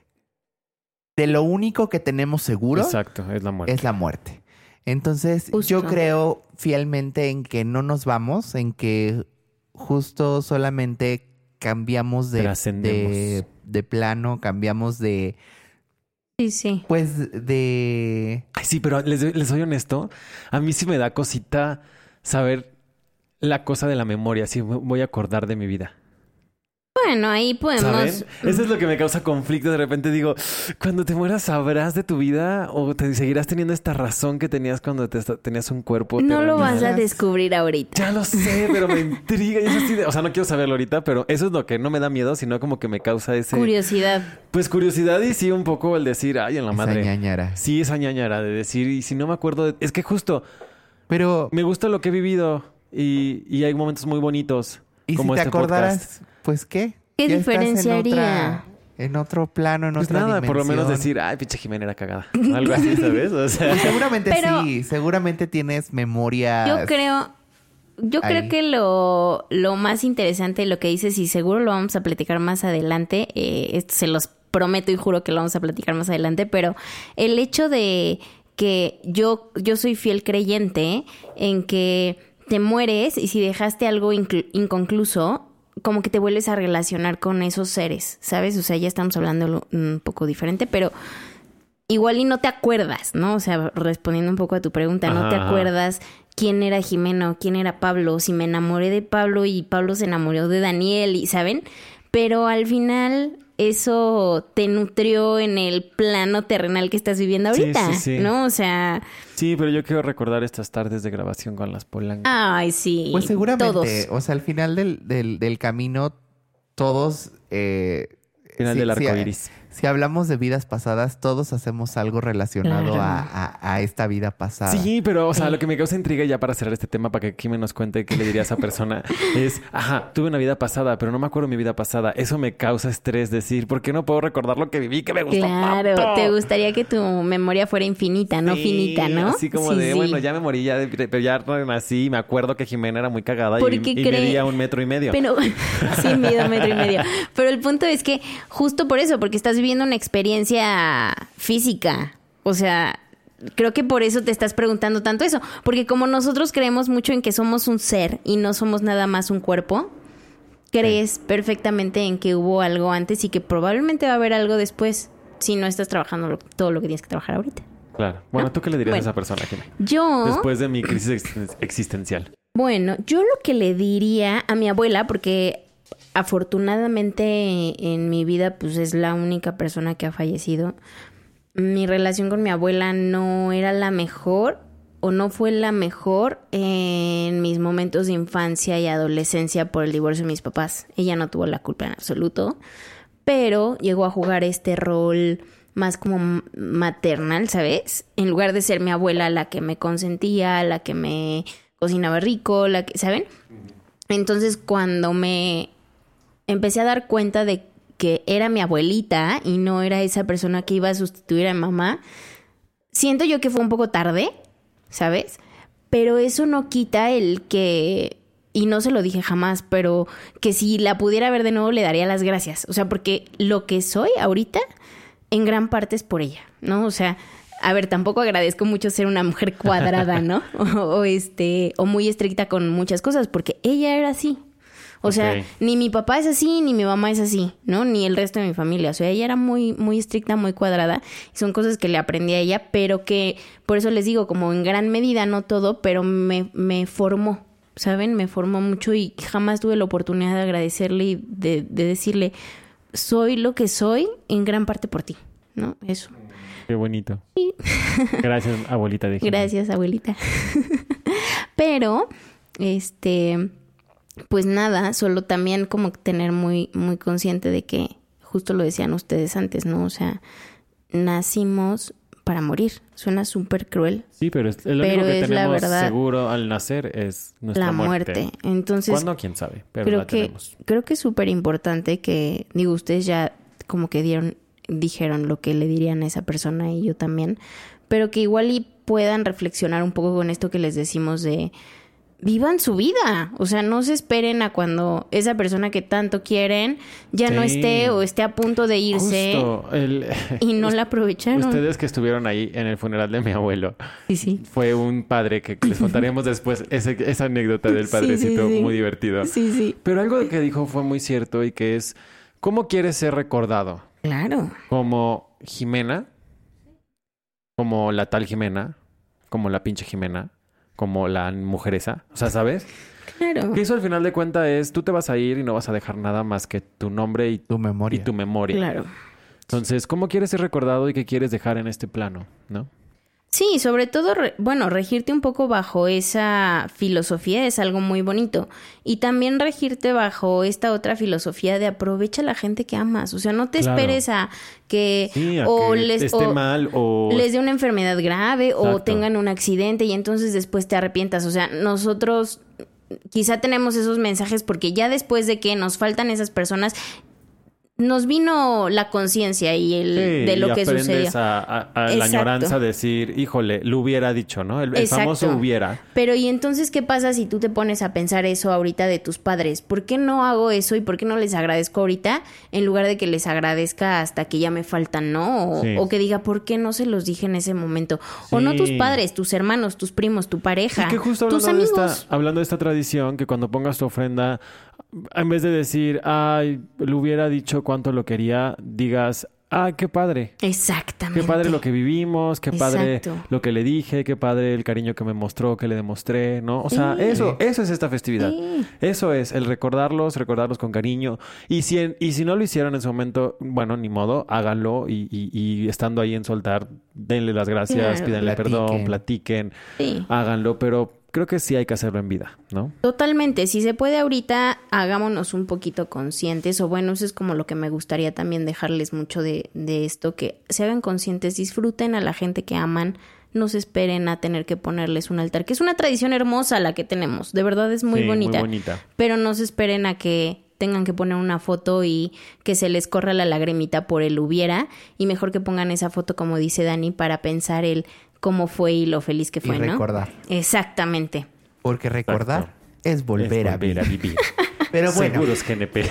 de lo único que tenemos seguro. Exacto, es la muerte. Es la muerte. Entonces, Justo. yo creo fielmente en que no nos vamos, en que justo solamente cambiamos Trascendemos. de plano, cambiamos de, Sí, sí. pues, de... Ay, sí, pero les soy honesto. A mí sí me da cosita saber la cosa de la memoria. Sí, voy a acordar de mi vida. Bueno, ahí podemos... ¿Saben? Eso es lo que me causa conflicto. De repente digo, cuando te mueras, ¿sabrás de tu vida? ¿O te seguirás teniendo esta razón que tenías cuando tenías un cuerpo No lo vas a terrenal? descubrir ahorita. Ya lo sé, pero me intriga. Y es así o sea, no quiero saberlo ahorita, pero eso es lo que no me da miedo, sino como que me causa ese... Curiosidad. Pues curiosidad y sí un poco el decir, ay, en la esa madre. ñañara. Sí, esa ñañara de decir, y si no me acuerdo... Es que justo Pero, me gusta lo que he vivido y hay momentos muy bonitos. ¿y como si te este acordaras, podcast. pues qué? ¿Qué Ya estás en diferenciaría? en otro plano, en Pues otra nada, por lo menos dimensión. decir, ay, pinche Jimena era cagada. Algo así, ¿sabes? O sea, Pues seguramente Pero- sí, seguramente tienes memorias. Yo creo Ahí. que lo más interesante de lo que dices, y seguro lo vamos a platicar más adelante, esto se los prometo y juro que lo vamos a platicar más adelante, pero el hecho de que yo soy fiel creyente en que te mueres y si dejaste algo inconcluso, como que te vuelves a relacionar con esos seres, ¿sabes? O sea, ya estamos hablando un poco diferente, pero igual y no te acuerdas, ¿no? O sea, respondiendo un poco a tu pregunta, no te Ajá. acuerdas quién era Jimena o quién era Pablo, si me enamoré de Pablo y Pablo se enamoró de Daniel, y ¿saben? Pero al final eso te nutrió en el plano terrenal que estás viviendo Sí, ahorita, sí, sí. ¿no? O sea, sí, pero yo quiero recordar estas tardes de grabación con las Polancas. ay, sí. Pues seguramente, Todos. o sea, al final del camino, todos... Final sí, del arco sí, iris. Si hablamos de vidas pasadas, todos hacemos algo relacionado Claro. a esta vida pasada. Sí, pero, o sea, lo que me causa intriga ya para cerrar este tema, para que Kim nos cuente qué le diría a esa persona, es, ajá, tuve una vida pasada, pero no me acuerdo de mi vida pasada. Eso me causa estrés decir, ¿por qué no puedo recordar lo que viví que me gustó Claro, tanto? te gustaría que tu memoria fuera infinita, no Sí, finita, ¿no? Así como Sí, de, sí. bueno, ya me morí, pero ya renací. Me acuerdo que Jimena era muy cagada ¿Por y qué medía 1,5 metros. Pero sí, mido 1,5 metros. Pero el punto es que justo por eso, porque estás viviendo una experiencia física. O sea, creo que por eso te estás preguntando tanto eso. Porque como nosotros creemos mucho en que somos un ser y no somos nada más un cuerpo, crees perfectamente en que hubo algo antes y que probablemente va a haber algo después si no estás trabajando todo lo que tienes que trabajar ahorita. Claro. Bueno, ¿tú qué le dirías Bueno. a esa persona, Jimena? Yo... Después de mi crisis existencial. Bueno, yo lo que le diría a mi abuela, porque afortunadamente en mi vida pues es la única persona que ha fallecido. Mi relación con mi abuela no era la mejor o no fue la mejor en mis momentos de infancia y adolescencia por el divorcio de mis papás. Ella no tuvo la culpa en absoluto, pero llegó a jugar este rol más como maternal, ¿sabes? En lugar de ser mi abuela la que me consentía, la que me cocinaba rico, la que, ¿saben? Entonces cuando me empecé a dar cuenta de que era mi abuelita y no era esa persona que iba a sustituir a mi mamá, siento yo que fue un poco tarde, ¿sabes? Pero eso no quita el que, y no se lo dije jamás, pero que si la pudiera ver de nuevo le daría las gracias. O sea, porque lo que soy ahorita, en gran parte es por ella, ¿no? O sea, a ver, tampoco agradezco mucho ser una mujer cuadrada, ¿no? O muy estricta con muchas cosas, porque ella era así. O sea, Ok. ni mi papá es así, ni mi mamá es así, ¿no? Ni el resto de mi familia. O sea, ella era muy, muy estricta, muy cuadrada. Y son cosas que le aprendí a ella, pero que, por eso les digo, como en gran medida, no todo, pero me formó, ¿saben? Me formó mucho y jamás tuve la oportunidad de agradecerle y de decirle, soy lo que soy en gran parte por ti, ¿no? Eso. Qué bonito. Gracias, abuelita de Jimena. Gracias, abuelita. Pero, pues nada, solo también como tener muy, muy consciente de que, justo lo decían ustedes antes, ¿no? O sea, nacimos para morir. Suena súper cruel. Sí, pero es lo Pero único que es la tenemos verdad. seguro al nacer es nuestra La muerte. Entonces, ¿Cuándo? ¿Quién sabe? Pero creo la que tenemos. creo que es súper importante que, digo, ustedes ya como que dijeron lo que le dirían a esa persona y yo también, pero que igual y puedan reflexionar un poco con esto que les decimos de vivan su vida, o sea, no se esperen a cuando esa persona que tanto quieren ya no Sí. esté o esté a punto de irse Justo. y no la aprovecharon. Ustedes que estuvieron ahí en el funeral de mi abuelo, Sí, sí. fue un padre que les contaremos después esa anécdota del Sí, padrecito sí, sí. muy divertido. Sí, sí. Pero algo que dijo fue muy cierto y que es, ¿cómo quieres ser recordado? Claro. ¿Como Jimena? ¿Como la tal Jimena? ¿Como la pinche Jimena? ¿Como la mujer esa? O sea, ¿sabes? Claro. Que eso al final de cuentas es, tú te vas a ir y no vas a dejar nada más que tu nombre y Tu memoria. tu memoria. Claro. Entonces, ¿cómo quieres ser recordado y qué quieres dejar en este plano? ¿No? Sí, sobre todo, regirte un poco bajo esa filosofía es algo muy bonito. Y también regirte bajo esta otra filosofía de aprovecha a la gente que amas. O sea, no te Claro. esperes a que Sí, a o que les esté o mal o... les dé una enfermedad grave o Exacto. tengan un accidente y entonces después te arrepientas. O sea, nosotros quizá tenemos esos mensajes porque ya después de que nos faltan esas personas, nos vino la conciencia y de lo que sucedió. Aprendes a la Exacto. añoranza de decir, híjole, lo hubiera dicho, ¿no? El famoso hubiera. Pero ¿y entonces qué pasa si tú te pones a pensar eso ahorita de tus padres? ¿Por qué no hago eso y por qué no les agradezco ahorita en lugar de que les agradezca hasta que ya me faltan, ¿no? Sí. O que diga, ¿por qué no se los dije en ese momento? O no tus padres, tus hermanos, tus primos, tu pareja, Y que justo tus hablando amigos. hablando de esta tradición, que cuando pongas tu ofrenda, en vez de decir, ay, le hubiera dicho cuánto lo quería, digas, ah, qué padre. Exactamente. Qué padre lo que vivimos, qué padre Exacto. lo que le dije, qué padre el cariño que me mostró, que le demostré, ¿no? O sea, Sí. eso es esta festividad. Sí. Eso es, el recordarlos con cariño. Y si no lo hicieron en su momento, bueno, ni modo, háganlo y estando ahí en su altar, denle las gracias, Claro. pídanle perdón, Platiquen. platiquen, Sí. háganlo, pero creo que sí hay que hacerlo en vida, ¿no? Totalmente, si se puede ahorita, hagámonos un poquito conscientes, o bueno, eso es como lo que me gustaría también dejarles mucho de esto, que se hagan conscientes, disfruten a la gente que aman, no se esperen a tener que ponerles un altar, que es una tradición hermosa la que tenemos, de verdad es muy Sí, bonita, muy bonita. pero no se esperen a que tengan que poner una foto y que se les corra la lagrimita por el hubiera, y mejor que pongan esa foto como dice Dani para pensar el cómo fue y lo feliz que fue, Y ¿no? recordar. Exactamente. Porque recordar Exacto. es volver a vivir. vivir. Pero bueno, Seguros GNP.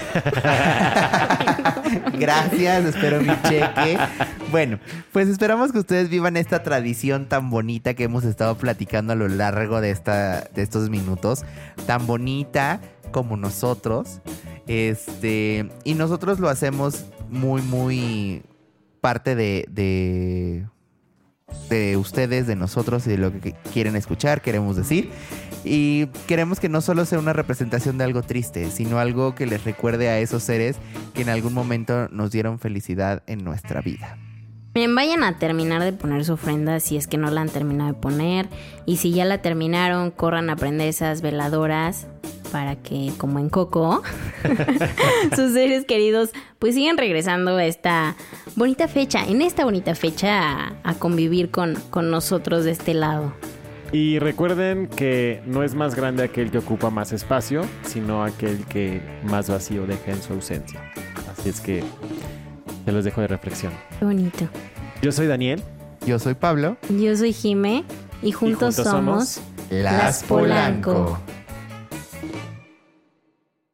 gracias, espero mi cheque. Bueno, pues esperamos que ustedes vivan esta tradición tan bonita que hemos estado platicando a lo largo de estos minutos. Tan bonita como nosotros. Y nosotros lo hacemos muy, muy parte de ustedes, de nosotros y de lo que quieren escuchar, queremos decir. Y queremos que no solo sea una representación de algo triste, sino algo que les recuerde a esos seres que en algún momento nos dieron felicidad en nuestra vida. Bien, vayan a terminar de poner su ofrenda si es que no la han terminado de poner. Y si ya la terminaron, corran a prender esas veladoras para que, como en Coco, sus seres queridos pues sigan regresando a esta bonita fecha, a convivir con nosotros de este lado. Y recuerden que no es más grande aquel que ocupa más espacio, sino aquel que más vacío deja en su ausencia. Así es que se los dejo de reflexión. Qué bonito. Yo soy Daniel. Yo soy Pablo. Yo soy Jime y juntos somos somos Las Polanco.